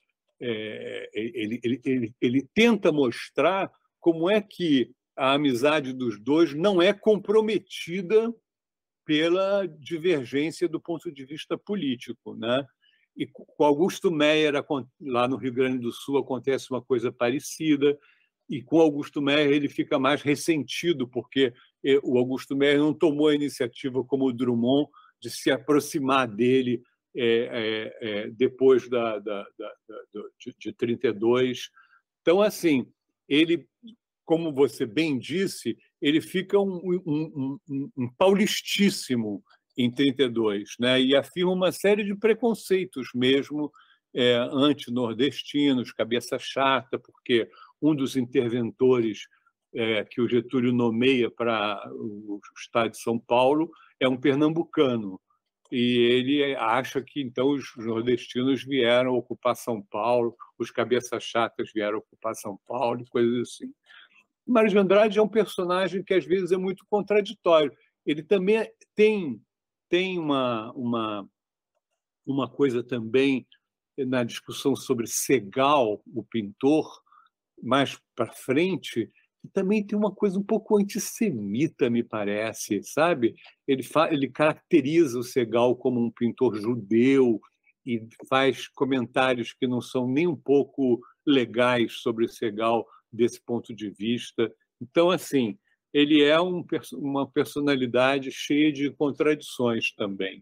é, ele, ele, ele, ele tenta mostrar como é que a amizade dos dois não é comprometida pela divergência do ponto de vista político, né? E com Augusto Meyer, lá no Rio Grande do Sul, acontece uma coisa parecida, e com Augusto Meyer ele fica mais ressentido, porque o Augusto Meyer não tomou a iniciativa, como o Drummond, de se aproximar dele é, é, é, depois da, da, da, da, de, de trinta e dois. Então, assim, ele, como você bem disse, ele fica um, um, um, um paulistíssimo em trinta e dois, né? E afirma uma série de preconceitos mesmo é, anti-nordestinos, cabeça chata, porque um dos interventores é, que o Getúlio nomeia para o estado de São Paulo é um pernambucano, e ele acha que, então, os nordestinos vieram ocupar São Paulo, os cabeças chatas vieram ocupar São Paulo, coisas assim. Mário de Andrade é um personagem que, às vezes, é muito contraditório. Ele também tem, tem uma, uma, uma coisa também na discussão sobre Segal, o pintor, mais para frente, que também tem uma coisa um pouco antissemita, me parece, sabe? Ele, fa... ele caracteriza o Segal como um pintor judeu e faz comentários que não são nem um pouco legais sobre o Segal desse ponto de vista. Então, assim, ele é um, uma personalidade cheia de contradições também.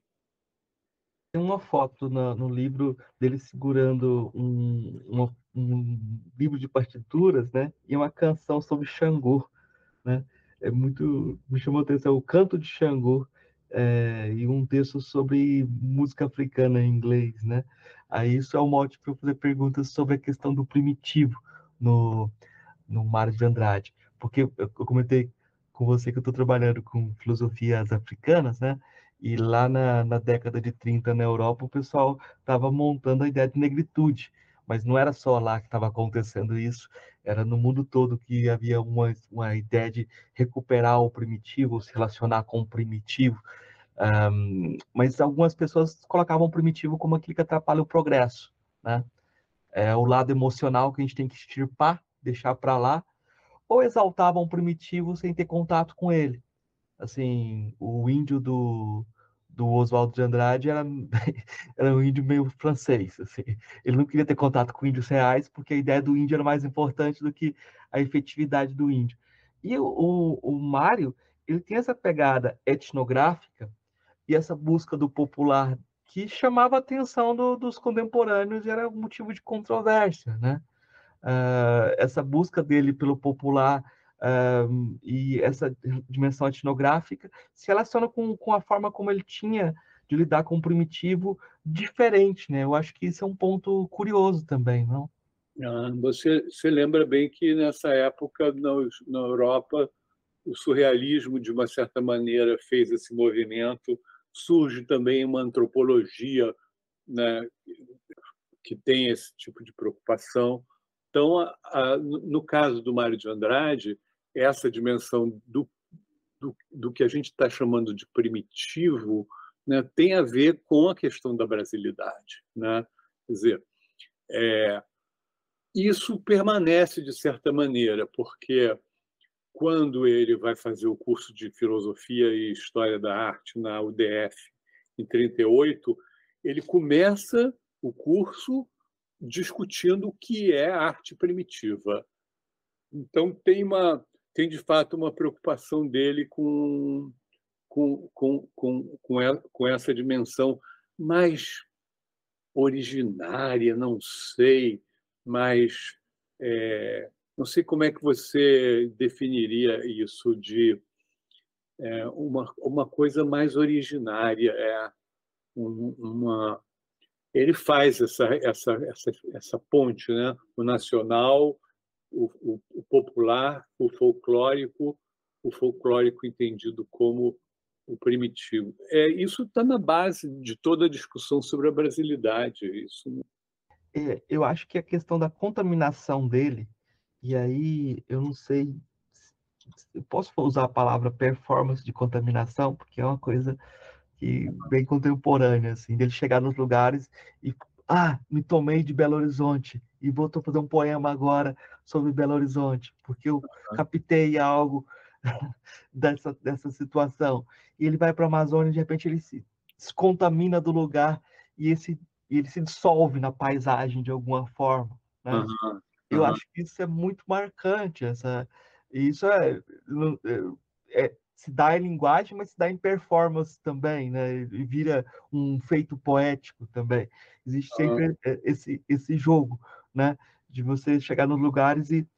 Tem uma foto no, no livro dele segurando um, uma, um livro de partituras, né? E uma canção sobre Xangô, né? É muito, me chamou a atenção o Canto de Xangô, é, e um texto sobre música africana em inglês, né? Aí isso é um mote para eu fazer perguntas sobre a questão do primitivo no, no Mário de Andrade, porque eu, eu comentei com você que eu estou trabalhando com filosofias africanas, né? E lá na, na década de trinta, na Europa, o pessoal estava montando a ideia de negritude, mas não era só lá que estava acontecendo isso, era no mundo todo que havia uma, uma ideia de recuperar o primitivo, se relacionar com o primitivo. Um, mas algumas pessoas colocavam o primitivo como aquilo que atrapalha o progresso, né? É o lado emocional que a gente tem que extirpar, deixar para lá, ou exaltavam o primitivo sem ter contato com ele. Assim, o índio do, do Oswaldo de Andrade era, era um índio meio francês. Assim. Ele não queria ter contato com índios reais, porque a ideia do índio era mais importante do que a efetividade do índio. E o, o, o Mário, ele tem essa pegada etnográfica e essa busca do popular que chamava a atenção do, dos contemporâneos e era motivo de controvérsia, né? Uh, essa busca dele pelo popular um, e essa dimensão etnográfica se relaciona com, com a forma como ele tinha de lidar com o primitivo diferente, né? Eu acho que isso é um ponto curioso também, não? Ah, você, você lembra bem que nessa época na, na Europa o surrealismo de uma certa maneira fez esse movimento, surge também uma antropologia, né, que tem esse tipo de preocupação. Então, a, a, no caso do Mário de Andrade, essa dimensão do, do, do que a gente está chamando de primitivo, né, tem a ver com a questão da brasilidade, né? Quer dizer, é, isso permanece de certa maneira, porque quando ele vai fazer o curso de Filosofia e História da Arte na U D F, em trinta e oito, ele começa o curso discutindo o que é arte primitiva. Então, tem, uma, tem de fato uma preocupação dele com, com, com, com, com essa dimensão mais originária, não sei, mais. É, não sei como é que você definiria isso de é, uma, uma coisa mais originária. É um, uma, ele faz essa, essa, essa, essa ponte, né? O nacional, o, o, o popular, o folclórico, o folclórico entendido como o primitivo. É, isso está na base de toda a discussão sobre a brasilidade. Isso. É, eu acho que a questão da contaminação dele, e aí eu não sei, eu posso usar a palavra performance de contaminação, porque é uma coisa que bem contemporânea, assim, dele chegar nos lugares e, ah, me tomei de Belo Horizonte e vou fazer um poema agora sobre Belo Horizonte, porque eu captei algo dessa, dessa situação. E ele vai para a Amazônia e de repente ele se descontamina do lugar e esse e ele se dissolve na paisagem de alguma forma, né? Uhum, Eu uhum. acho que isso é muito marcante, essa, isso é, é, é, se dá em linguagem, mas se dá em performance também, né? E vira um feito poético também. Existe sempre esse, esse jogo, né? De você chegar nos lugares e...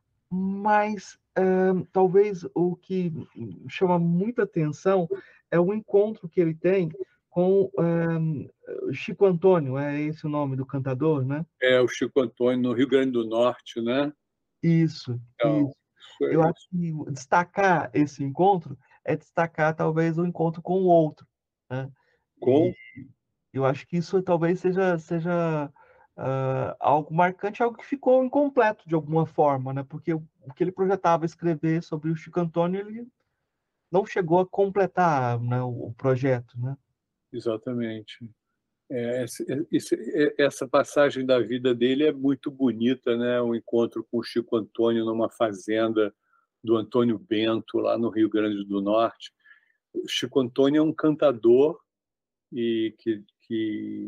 Mas uh, talvez o que chama muita atenção é o encontro que ele tem com uh, Chico Antônio, é esse o nome do cantador, né? É o Chico Antônio, no Rio Grande do Norte, né? Isso, Então, isso. isso Eu é acho que destacar esse encontro é destacar talvez o encontro com o outro, né? E com, eu acho que isso talvez seja, seja uh, algo marcante, algo que ficou incompleto de alguma forma, né? Porque o, o que ele projetava escrever sobre o Chico Antônio, ele não chegou a completar, né, o, o projeto, né? exatamente. É, esse, esse, essa passagem da vida dele é muito bonita, né? O encontro com o Chico Antônio numa fazenda do Antônio Bento, lá no Rio Grande do Norte. O Chico Antônio é um cantador e que, que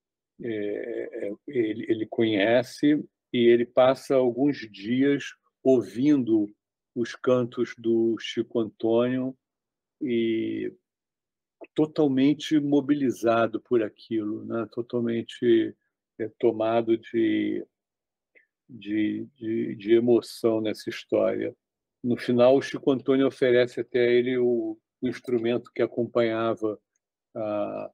é, ele, ele conhece e ele passa alguns dias ouvindo os cantos do Chico Antônio e totalmente mobilizado por aquilo, né? Totalmente é, tomado de, de, de, de emoção nessa história. No final, o Chico Antônio oferece até a ele o, o instrumento que acompanhava a,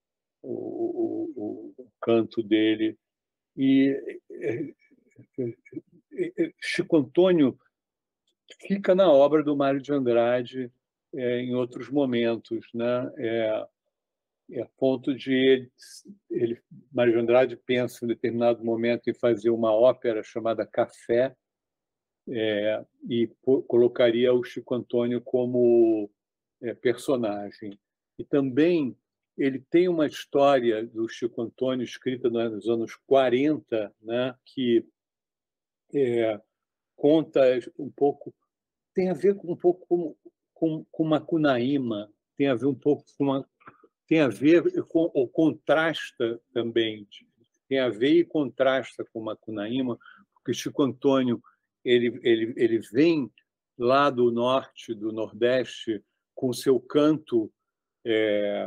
o, o, o canto dele. E é, é, Chico Antônio fica na obra do Mário de Andrade é, em outros momentos, né? É, é a ponto de ele, ele, Mário de Andrade pensa em determinado momento em fazer uma ópera chamada Café é, e po, colocaria o Chico Antônio como é, personagem. E também ele tem uma história do Chico Antônio escrita nos anos quarenta, né, que é, conta um pouco, tem a ver com, um pouco com, com, com Macunaíma, tem a ver um pouco com uma, tem a ver com o contrasta também, tem a ver e contrasta com Macunaíma, porque Chico Antônio ele, ele, ele vem lá do norte, do nordeste, com seu canto é,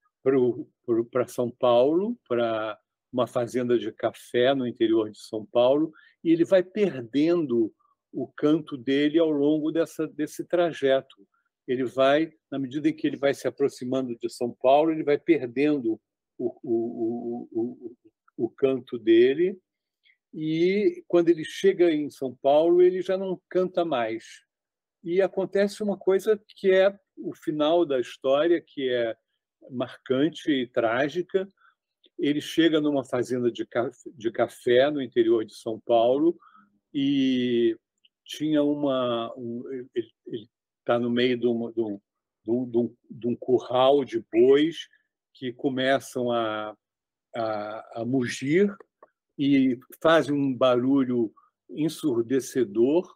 para São Paulo, para uma fazenda de café no interior de São Paulo, e ele vai perdendo o canto dele ao longo dessa, desse trajeto. Ele vai, na medida em que ele vai se aproximando de São Paulo, ele vai perdendo o, o, o, o, o canto dele, e quando ele chega em São Paulo, ele já não canta mais. E acontece uma coisa que é o final da história, que é marcante e trágica. Ele chega numa fazenda de café no interior de São Paulo e tinha uma... Um, ele está no meio de, uma, de, um, de, um, de um curral de bois que começam a, a, a mugir e fazem um barulho ensurdecedor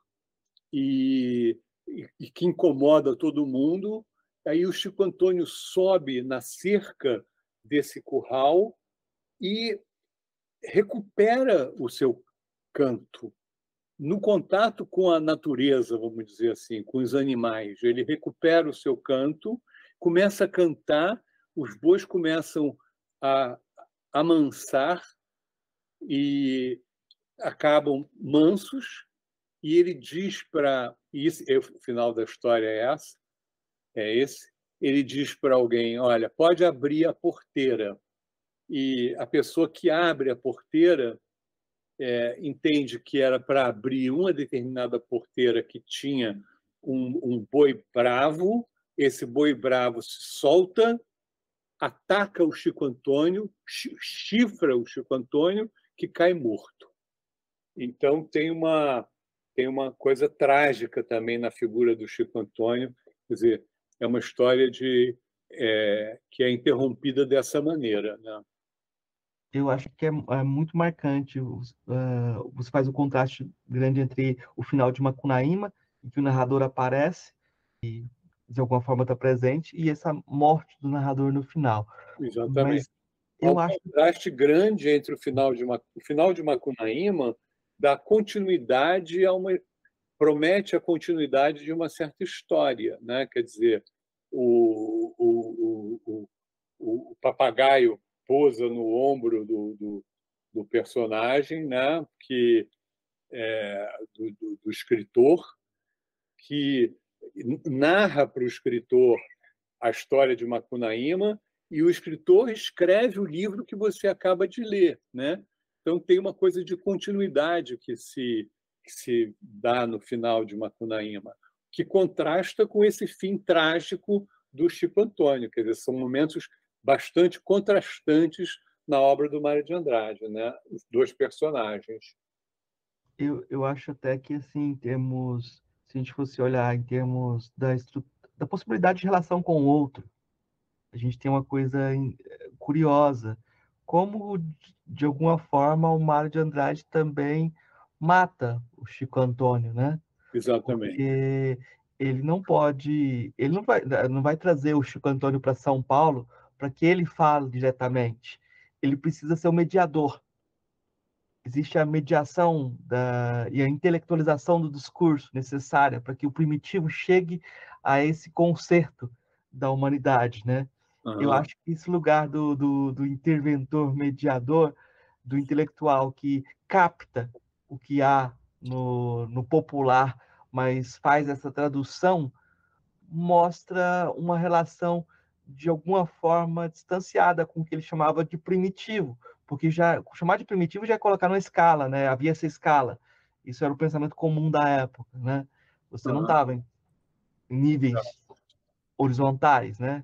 e, e, e que incomoda todo mundo. Aí o Chico Antônio sobe na cerca desse curral e recupera o seu canto no contato com a natureza, vamos dizer assim, com os animais. Ele recupera o seu canto, começa a cantar, os bois começam a amansar e acabam mansos, e ele diz para... Isso, o final da história é essa, é esse. Ele diz para alguém: olha, pode abrir a porteira. E a pessoa que abre a porteira é, entende que era para abrir uma determinada porteira que tinha um, um boi bravo. Esse boi bravo se solta, ataca o Chico Antônio, chifra o Chico Antônio, que cai morto. Então tem uma, tem uma coisa trágica também na figura do Chico Antônio. Quer dizer, é uma história de, é, que é interrompida dessa maneira, né? Eu acho que é, é muito marcante. Uh, você faz o contraste grande entre o final de Macunaíma, em que o narrador aparece e de alguma forma está presente, e essa morte do narrador no final. Exatamente. Mas Há um eu acho contraste grande entre o final de, o final de Macunaíma, da continuidade a uma... promete a continuidade de uma certa história, né? Quer dizer, o, o, o, o, o papagaio pousa no ombro do, do, do personagem, né? Que é, do, do, do escritor, que narra para o escritor a história de Macunaíma, e o escritor escreve o livro que você acaba de ler, né? Então tem uma coisa de continuidade que se, que se dá no final de Macunaíma, que contrasta com esse fim trágico do Chico Antônio. Quer dizer, são momentos bastante contrastantes na obra do Mário de Andrade, né? Os dois personagens. eu, eu acho até que, assim, em termos, se a gente fosse olhar em termos da, estru... da possibilidade de relação com o outro, a gente tem uma coisa curiosa, como, de alguma forma, o Mário de Andrade também mata o Chico Antônio, né? Exatamente. Porque ele não pode, ele não vai, não vai trazer o Chico Antônio para São Paulo para que ele fale diretamente. Ele precisa ser o mediador. Existe a mediação da, e a intelectualização do discurso necessária para que o primitivo chegue a esse concerto da humanidade, né? Uhum. Eu acho que esse lugar do, do, do interventor mediador, do intelectual que capta o que há no, no popular, mas faz essa tradução, mostra uma relação de alguma forma distanciada com o que ele chamava de primitivo, porque já chamar de primitivo já é colocar numa escala, né? Havia essa escala. Isso era o pensamento comum da época, né? Você não estava em níveis horizontais, né?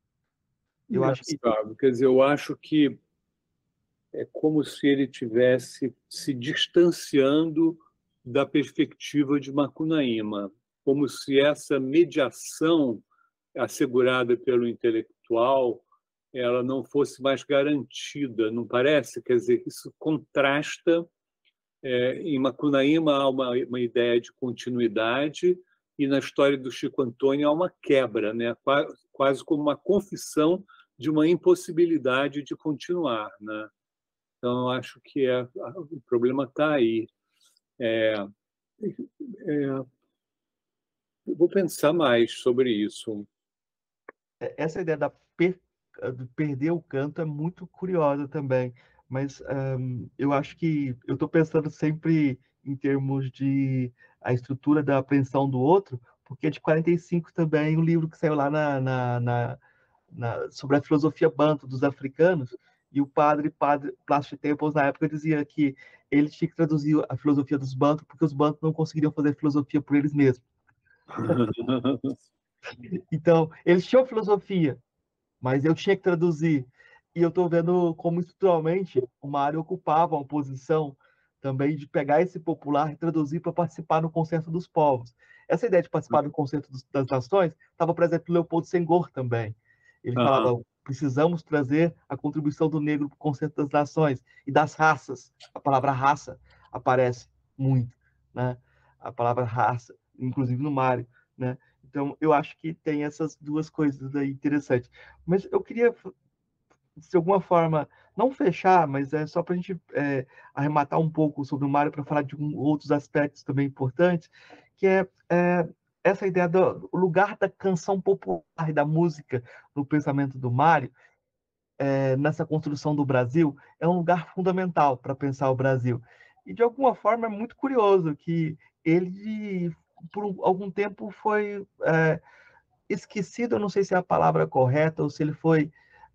Eu acho que Engraçado. Quer dizer, eu acho que é como se ele tivesse se distanciando da perspectiva de Macunaíma, como se essa mediação assegurada pelo intelectual ela não fosse mais garantida, não parece? Quer dizer, isso contrasta. É, em Macunaíma há uma, uma ideia de continuidade, e na história do Chico Antônio há uma quebra, né? quase, quase como uma confissão de uma impossibilidade de continuar, né? Então, eu acho que é, o problema está aí. É, é, vou pensar mais sobre isso. essa ideia da per, de perder o canto é muito curiosa também, mas um, eu acho que eu estou pensando sempre em termos de a estrutura da apreensão do outro, porque é de quarenta e cinco também o livro que saiu lá na, na, na, na sobre a filosofia banto dos africanos, e o padre, padre Plácido Temples, na época, dizia que ele tinha que traduzir a filosofia dos bantos, porque os bantos não conseguiriam fazer filosofia por eles mesmos. Então, eles tinham filosofia, mas eu tinha que traduzir. E eu estou vendo como estruturalmente o Mário ocupava uma posição também de pegar esse popular e traduzir para participar no concerto dos povos. Essa ideia de participar do concerto das nações estava presente no Leopoldo Senghor também. Ele falava, precisamos trazer a contribuição do negro para o concerto das nações e das raças. A palavra raça aparece muito, né? A palavra raça, inclusive no Mário, né? Então, eu acho que tem essas duas coisas aí interessantes. Mas eu queria, de alguma forma, não fechar, mas é só para a gente é, arrematar um pouco sobre o Mário para falar de um, outros aspectos também importantes, que é, é essa ideia do lugar da canção popular e da música no pensamento do Mário, é, nessa construção do Brasil, é um lugar fundamental para pensar o Brasil. E, de alguma forma, é muito curioso que ele, por algum tempo, foi... É, esquecido, eu não sei se é a palavra correta, ou se ele foi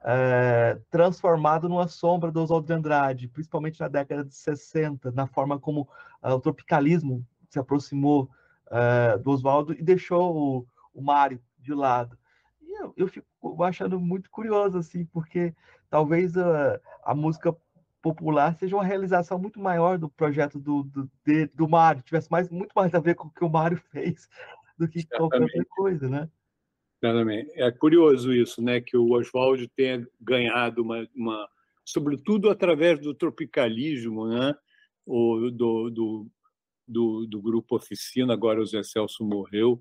é, transformado numa sombra do Oswald de Andrade, principalmente na década de sessenta, na forma como uh, o tropicalismo se aproximou uh, do Oswaldo e deixou o, o Mário de lado. E eu, eu fico achando muito curioso, assim, porque talvez a, a música popular seja uma realização muito maior do projeto do, do, de, do Mário, tivesse mais, muito mais a ver com o que o Mário fez do que qualquer outra coisa, né? Claramente. É curioso isso, né, que o Oswald tenha ganhado uma, uma, sobretudo através do tropicalismo, né, o, do, do, do, do grupo Oficina, agora o Zé Celso morreu,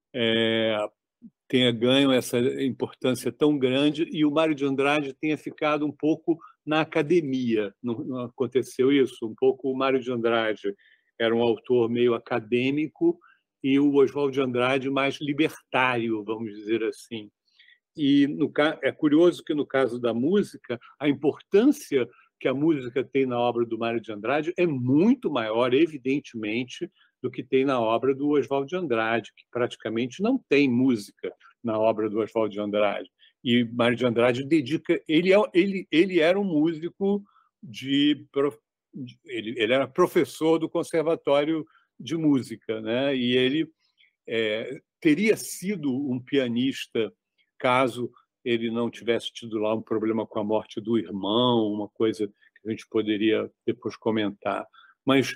é, tenha ganho essa importância tão grande e o Mário de Andrade tenha ficado um pouco na academia. Não, não aconteceu isso? Um pouco o Mário de Andrade era um autor meio acadêmico e o Oswald de Andrade mais libertário, vamos dizer assim. E no, é curioso que, no caso da música, a importância que a música tem na obra do Mário de Andrade é muito maior, evidentemente, do que tem na obra do Oswald de Andrade, que praticamente não tem música na obra do Oswald de Andrade. E Mário de Andrade dedica... Ele, é, ele, ele era um músico de... Ele, ele era professor do Conservatório de Música, né? E ele é, teria sido um pianista caso ele não tivesse tido lá um problema com a morte do irmão, uma coisa que a gente poderia depois comentar. Mas,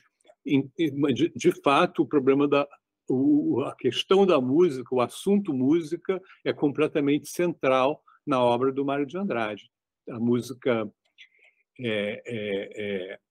de, de fato, o problema da o, a questão da música, o assunto música, é completamente central na obra do Mário de Andrade. A música é, é, é,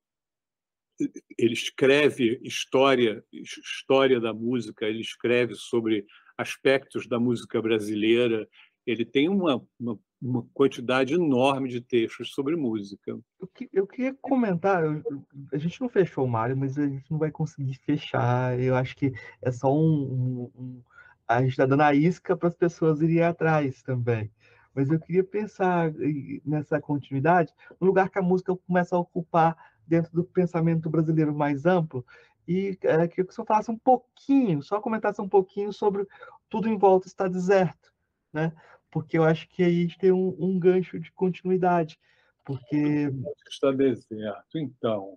ele escreve história, história da música, ele escreve sobre aspectos da música brasileira, ele tem uma, uma, uma quantidade enorme de textos sobre música. Eu, que, eu queria comentar, eu, a gente não fechou o Mário, mas a gente não vai conseguir fechar. Eu acho que é só um. um, um a gente está dando a isca para as pessoas irem atrás também. Mas eu queria pensar nessa continuidade, no lugar que a música começa a ocupar dentro do pensamento brasileiro mais amplo. E é, queria que o senhor falasse um pouquinho, só comentasse um pouquinho sobre Tudo em Volta Está Deserto, né? Porque eu acho que aí a gente tem um, um gancho de continuidade. Porque está deserto. Então,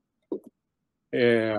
é,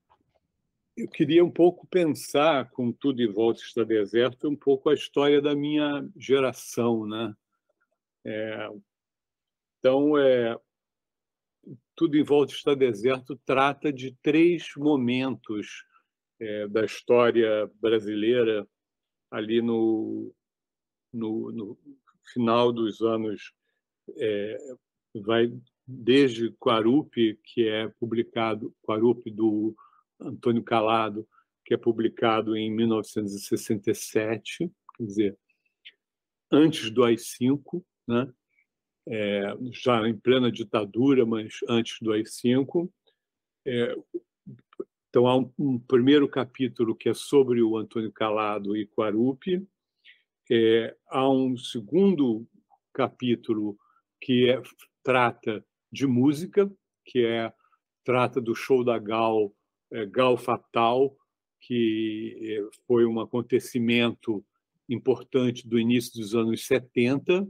eu queria um pouco pensar, com Tudo em Volta Está Deserto, um pouco a história da minha geração, né? É, então, é, Tudo em Volta Está Deserto trata de três momentos é, da história brasileira ali no, no, no final dos anos, é, vai desde Quarupi, que é publicado, Quarupi do Antônio Calado, que é publicado em mil novecentos e sessenta e sete, quer dizer, antes do A I cinco, né? É, já em plena ditadura, mas antes do A I cinco. É, então, há um, um primeiro capítulo que é sobre o Antônio Calado e Quarupi. É, há um segundo capítulo que é, trata de música, que é trata do show da Gal é, Gal Fatal, que foi um acontecimento importante do início dos anos setenta.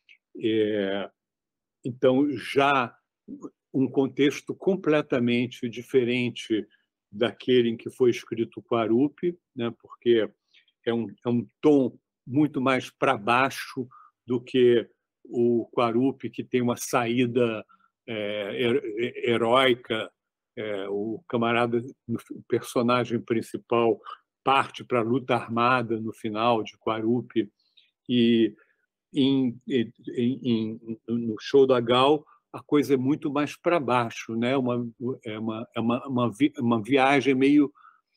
É, então, já um contexto completamente diferente daquele em que foi escrito o Quarupi, né, porque é um, é um tom muito mais para baixo do que o Quarupi, que tem uma saída é, heróica. É, o camarada, o personagem principal, parte para a luta armada no final de Quarupi, e em, em, em, no show da Gal a coisa é muito mais para baixo, né? Uma, é uma, é uma, uma, vi, uma viagem meio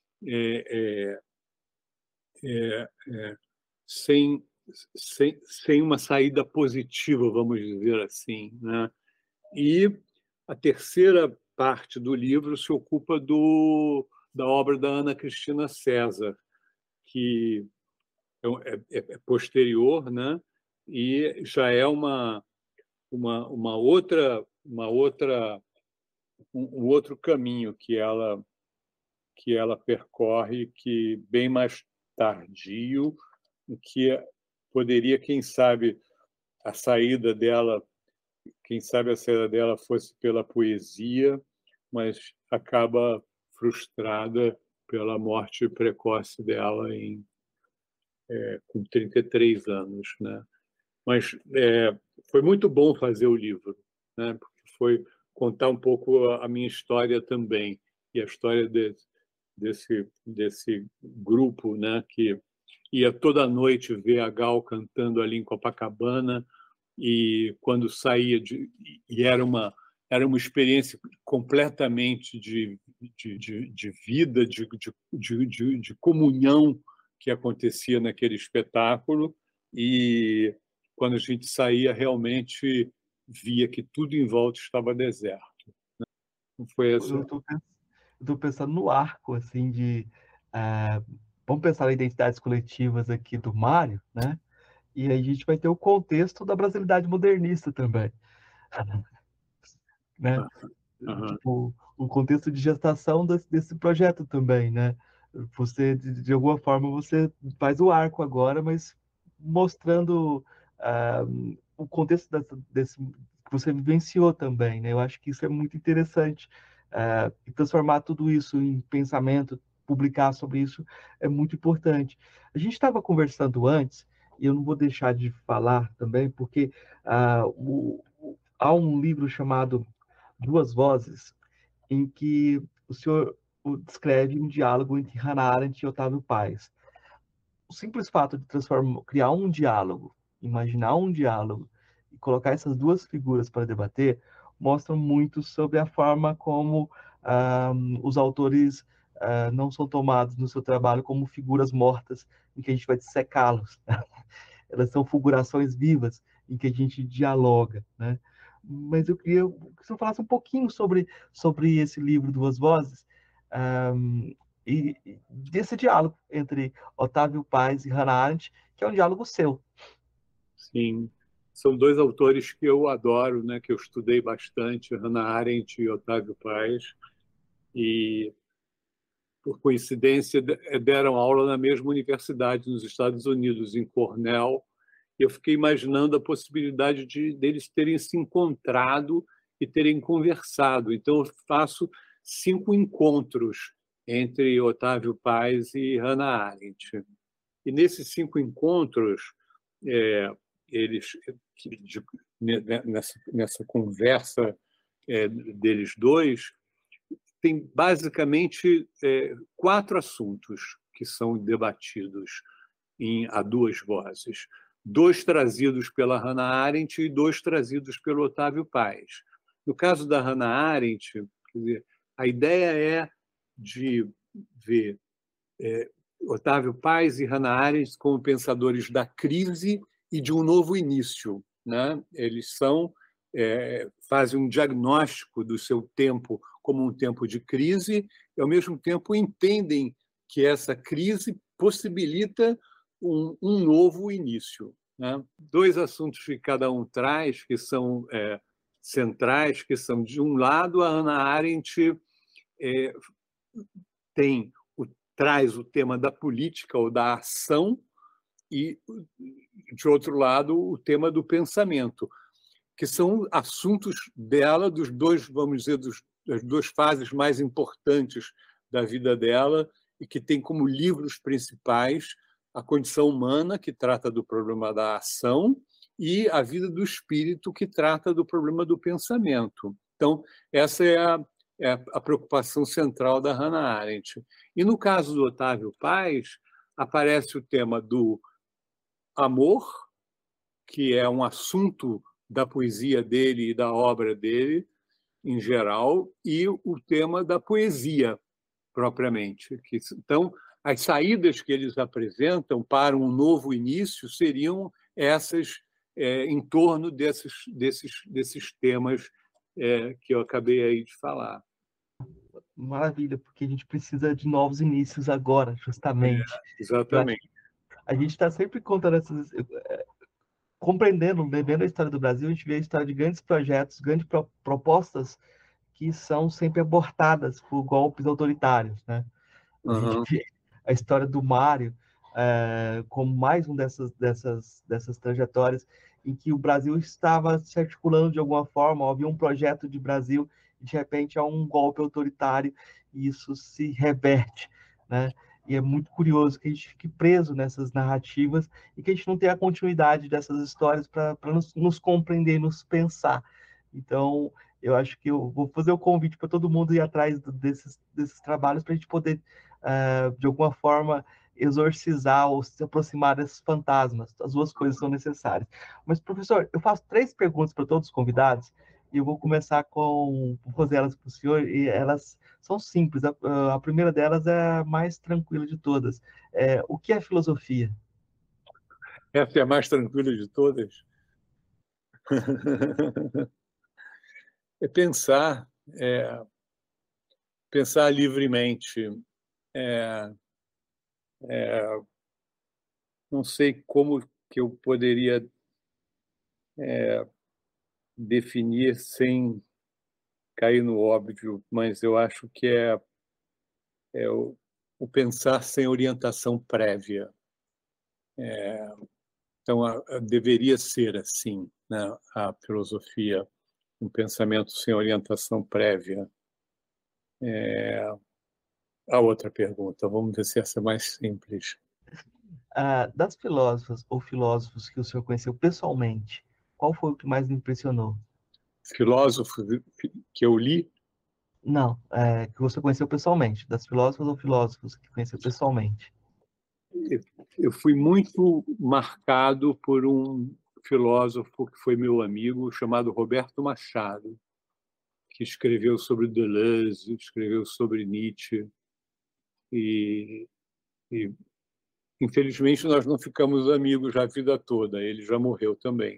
é, é, é, é, sem, sem, sem uma saída positiva, vamos dizer assim, né? E a terceira parte do livro se ocupa do, da obra da Ana Cristina César, que é, é, é posterior, né? E já é uma, uma, uma outra, uma outra, um, um outro caminho que ela, que ela percorre, que bem mais tardio, que poderia, quem sabe, a saída dela, quem sabe a saída dela fosse pela poesia, mas acaba frustrada pela morte precoce dela em, é, com trinta e três anos, né? Mas é, foi muito bom fazer o livro, né? Porque foi contar um pouco a minha história também, e a história de, desse, desse grupo, né? Que ia toda noite ver a Gal cantando ali em Copacabana, e quando saía de, e era uma era uma experiência completamente de, de, de, de vida, de, de, de, de comunhão que acontecia naquele espetáculo, e quando a gente saía realmente via que tudo em volta estava deserto. Não foi essa? Eu estou pensando no arco, assim, de... Uh, vamos pensar em identidades coletivas aqui do Mário, né? E aí a gente vai ter o contexto da brasilidade modernista também, né? Uhum. Tipo, o contexto de gestação desse, desse projeto também, né? Você, de, de alguma forma, você faz o arco agora, mas mostrando uh, o contexto dessa, desse que você vivenciou também, né? Eu acho que isso é muito interessante. Uh, e transformar tudo isso em pensamento, publicar sobre isso é muito importante. A gente estava conversando antes, e eu não vou deixar de falar também, porque uh, o, o, há um livro chamado Duas Vozes, em que o senhor descreve um diálogo entre Hannah Arendt e Otávio Paz. O simples fato de transformar, criar um diálogo, imaginar um diálogo e colocar essas duas figuras para debater, mostra muito sobre a forma como um, os autores uh, não são tomados no seu trabalho como figuras mortas, em que a gente vai dissecá-los. Elas são figurações vivas, em que a gente dialoga, né? Mas eu queria que você falasse um pouquinho sobre, sobre esse livro Duas Vozes, um, e, e desse diálogo entre Otávio Paz e Hannah Arendt, que é um diálogo seu. Sim, são dois autores que eu adoro, né, que eu estudei bastante, Hannah Arendt e Otávio Paz, e, por coincidência, deram aula na mesma universidade nos Estados Unidos, em Cornell, e eu fiquei imaginando a possibilidade de deles terem se encontrado e terem conversado. Então, eu faço cinco encontros entre Otávio Paz e Hannah Arendt. E nesses cinco encontros, é, eles, de, nessa, nessa conversa é, deles dois, tem basicamente é, quatro assuntos que são debatidos em A Duas Vozes. Dois trazidos pela Hannah Arendt e dois trazidos pelo Otávio Paz. No caso da Hannah Arendt, quer dizer, a ideia é de ver é, Otávio Paz e Hannah Arendt como pensadores da crise e de um novo início, né? Eles são é, fazem um diagnóstico do seu tempo como um tempo de crise e, ao mesmo tempo, entendem que essa crise possibilita um, um novo início, né? Dois assuntos que cada um traz, que são é, centrais, que são, de um lado, a Hannah Arendt é, tem o, traz o tema da política ou da ação e, de outro lado, o tema do pensamento, que são assuntos dela, dos dois, vamos dizer, dos, das duas fases mais importantes da vida dela, e que tem como livros principais a condição humana, que trata do problema da ação, e a vida do espírito, que trata do problema do pensamento. Então, essa é a, é a preocupação central da Hannah Arendt. E no caso do Otávio Paz, aparece o tema do amor, que é um assunto da poesia dele e da obra dele, em geral, e o tema da poesia, propriamente. Então, as saídas que eles apresentam para um novo início seriam essas, é, em torno desses, desses, desses temas é, que eu acabei aí de falar. Maravilha, porque a gente precisa de novos inícios agora, justamente. É, exatamente. A gente está sempre contando essas... Compreendendo, vendo a história do Brasil, a gente vê a história de grandes projetos, grandes pro, propostas que são sempre abortadas por golpes autoritários, né? A Uhum. gente vê a história do Mário é, como mais um dessas, dessas, dessas trajetórias em que o Brasil estava se articulando de alguma forma, havia um projeto de Brasil e, de repente, há um golpe autoritário e isso se reverte, né? E é muito curioso que a gente fique preso nessas narrativas e que a gente não tenha a continuidade dessas histórias para nos, nos compreender, nos pensar. Então, eu acho que eu vou fazer o convite para todo mundo ir atrás desses, desses trabalhos para a gente poder, uh, de alguma forma, exorcizar ou se aproximar desses fantasmas. As duas coisas são necessárias. Mas, professor, eu faço três perguntas para todos os convidados e eu vou começar com vou fazer elas para o senhor e elas são simples. A, a primeira delas é a mais tranquila de todas. É, o que é filosofia? Essa é a mais tranquila de todas. É pensar, é, pensar livremente. É, é, não sei como que eu poderia é, definir sem cair no óbvio, mas eu acho que é, é o, o pensar sem orientação prévia. É, então, a, a, deveria ser assim, né, a filosofia, um pensamento sem orientação prévia. É, a outra pergunta, vamos ver se essa é mais simples. Ah, das filósofas ou filósofos que o senhor conheceu pessoalmente, qual foi o que mais lhe impressionou? Filósofos que eu li? Não, é, que você conheceu pessoalmente, das filósofas ou filósofos que conheceu pessoalmente. Eu fui muito marcado por um filósofo que foi meu amigo, chamado Roberto Machado, que escreveu sobre Deleuze, escreveu sobre Nietzsche. E, e infelizmente, nós não ficamos amigos a vida toda, ele já morreu também.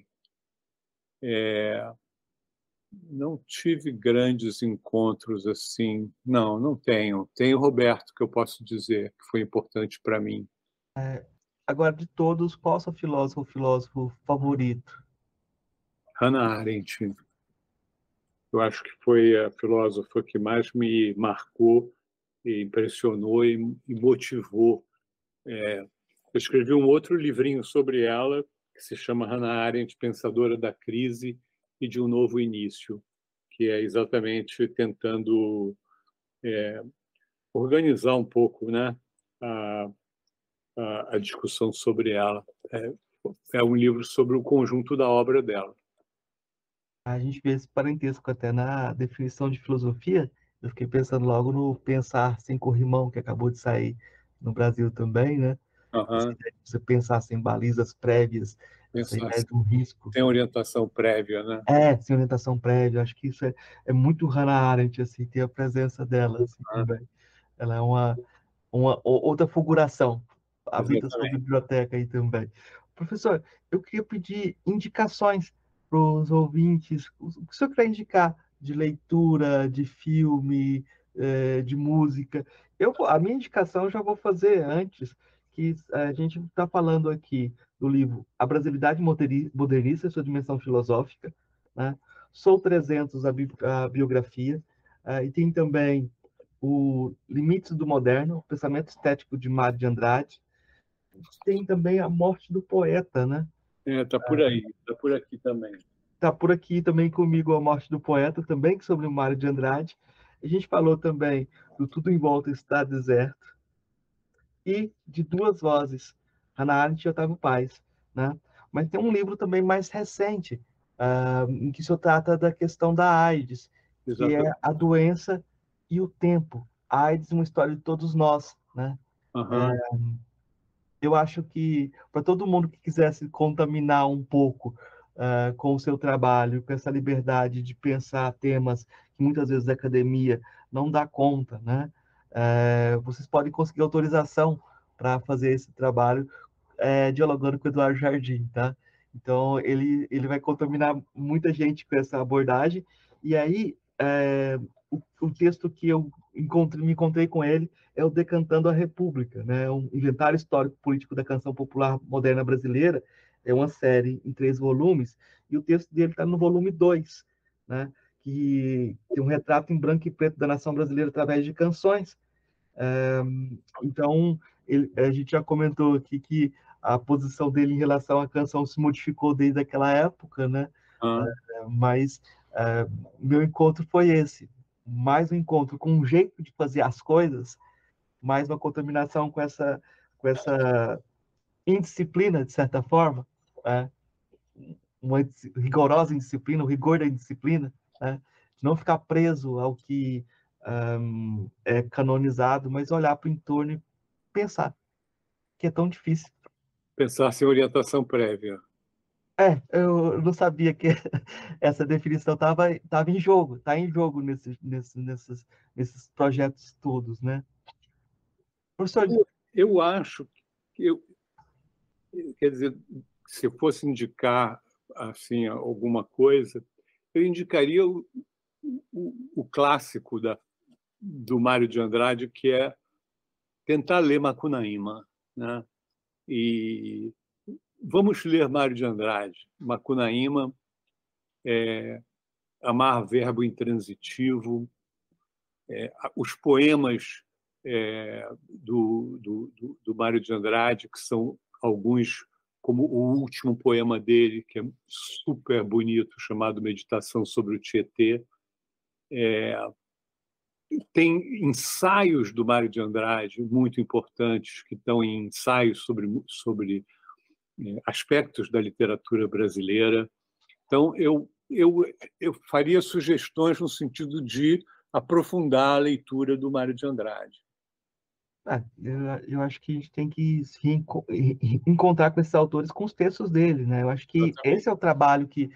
É, não tive grandes encontros assim. Não, não tenho. Tenho o Roberto, que eu posso dizer que foi importante para mim. É, agora, de todos, qual é o seu filósofo ou filósofo favorito? Hannah Arendt. Eu acho que foi a filósofa que mais me marcou, e impressionou e, e motivou. É, eu escrevi um outro livrinho sobre ela, que se chama Hannah Arendt, Pensadora da Crise e de um Novo Início, que é exatamente tentando é, organizar um pouco, né, a, a, a discussão sobre ela. É, é um livro sobre o conjunto da obra dela. A gente vê esse parentesco até na definição de filosofia. Eu fiquei pensando logo no Pensar Sem Corrimão, que acabou de sair no Brasil também, né? Essa Uhum. ideia de você pensar sem balizas prévias, essa Pensar ideia do risco. sem orientação prévia, né? É, sem orientação prévia. Acho que isso é, é muito Hannah Arendt, assim, ter a presença dela, assim, Uhum. também. Ela é uma, uma outra figuração. Habita sua Exatamente. biblioteca aí também. Professor, eu queria pedir indicações para os ouvintes. O que o senhor quer indicar de leitura, de filme, eh, de música? Eu, a minha indicação eu já vou fazer antes, que a gente está falando aqui do livro A Brasilidade Modernista e Sua Dimensão Filosófica, né? Sou trezentos, a, bi a biografia, uh, e tem também o Limites do Moderno, o Pensamento Estético de Mário de Andrade. Tem também A Morte do Poeta, né? É, tá por aí, tá por aqui também. Tá por aqui também comigo A Morte do Poeta, também sobre o Mário de Andrade. A gente falou também do Tudo em Volta Está Deserto e de Duas Vozes, Hannah Arendt e Otávio Paz, né? Mas tem um livro também mais recente, uh, em que se trata da questão da AIDS, que é A Doença e o Tempo. A AIDS, uma história de todos nós, né? Uhum. É, eu acho que para todo mundo que quisesse contaminar um pouco uh, com o seu trabalho, com essa liberdade de pensar temas que muitas vezes a academia não dá conta, né? Uh, vocês podem conseguir autorização para fazer esse trabalho uh, dialogando com o Eduardo Jardim, tá? Então, ele, ele vai contaminar muita gente com essa abordagem. E aí, uh, o, o texto que eu encontrei, me encontrei com ele é o Decantando a República, né? Um inventário histórico político da canção popular moderna brasileira. É uma série em três volumes, e o texto dele está no volume dois, né? Que tem um retrato em branco e preto da nação brasileira através de canções. É, então, ele, a gente já comentou aqui que a posição dele em relação à canção se modificou desde aquela época, né? Ah. É, mas é, meu encontro foi esse. Mais um encontro com um jeito de fazer as coisas, mais uma contaminação com essa, com essa indisciplina, de certa forma, né? Uma rigorosa indisciplina, o rigor da indisciplina, né? Não ficar preso ao que um, é canonizado, mas olhar para o entorno e pensar, que é tão difícil. Pensar sem orientação prévia. É, eu não sabia que essa definição estava tava em jogo, está em jogo nesses, nesses, nesses, nesses projetos todos, né? Professor... Eu, eu acho que, eu, quer dizer, se eu fosse indicar assim, alguma coisa, eu indicaria o, o, o clássico da, do Mário de Andrade, que é tentar ler Macunaíma, né? E vamos ler Mário de Andrade. Macunaíma, é, Amar Verbo Intransitivo, é, os poemas é, do, do, do, do Mário de Andrade, que são alguns, como o último poema dele, que é super bonito, chamado Meditação sobre o Tietê. É, tem ensaios do Mário de Andrade muito importantes, que estão em ensaios sobre, sobre é, aspectos da literatura brasileira. Então, eu, eu, eu faria sugestões no sentido de aprofundar a leitura do Mário de Andrade. É, eu, eu acho que a gente tem que se encontrar com esses autores com os textos deles, né? Eu acho que Exatamente. Esse é o trabalho que,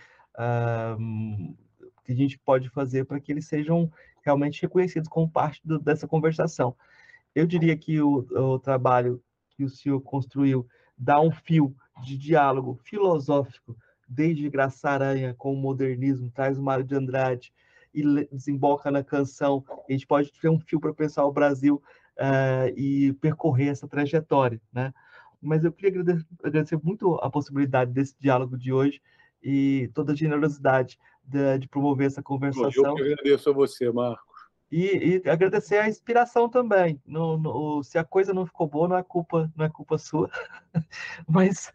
uh, que a gente pode fazer para que eles sejam realmente reconhecidos como parte do, dessa conversação. Eu diria que o, o trabalho que o senhor construiu dá um fio de diálogo filosófico desde Graça Aranha com o modernismo, traz o Mário de Andrade e desemboca na canção. A gente pode ter um fio para pensar o Brasil Uh, e percorrer essa trajetória, né? Mas eu queria agradecer, agradecer muito a possibilidade desse diálogo de hoje e toda a generosidade de, de promover essa conversação. Eu que agradeço a você, Marcos. E, e agradecer a inspiração também. No, no, se a coisa não ficou boa, não é culpa, não é culpa sua, mas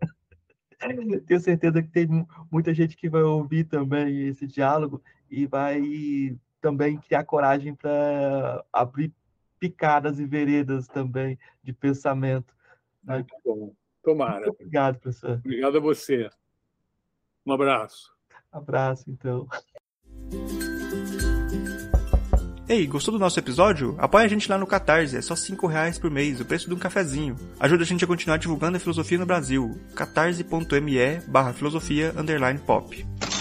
tenho certeza que tem muita gente que vai ouvir também esse diálogo e vai também criar coragem para abrir picadas e veredas também de pensamento. Né? Muito bom. Tomara. Muito obrigado, professor. Obrigado a você. Um abraço. Abraço, então. Ei, gostou do nosso episódio? Apoia a gente lá no Catarse, é só cinco reais por mês, o preço de um cafezinho. Ajuda a gente a continuar divulgando a filosofia no Brasil. catarse.me barra filosofia underline pop.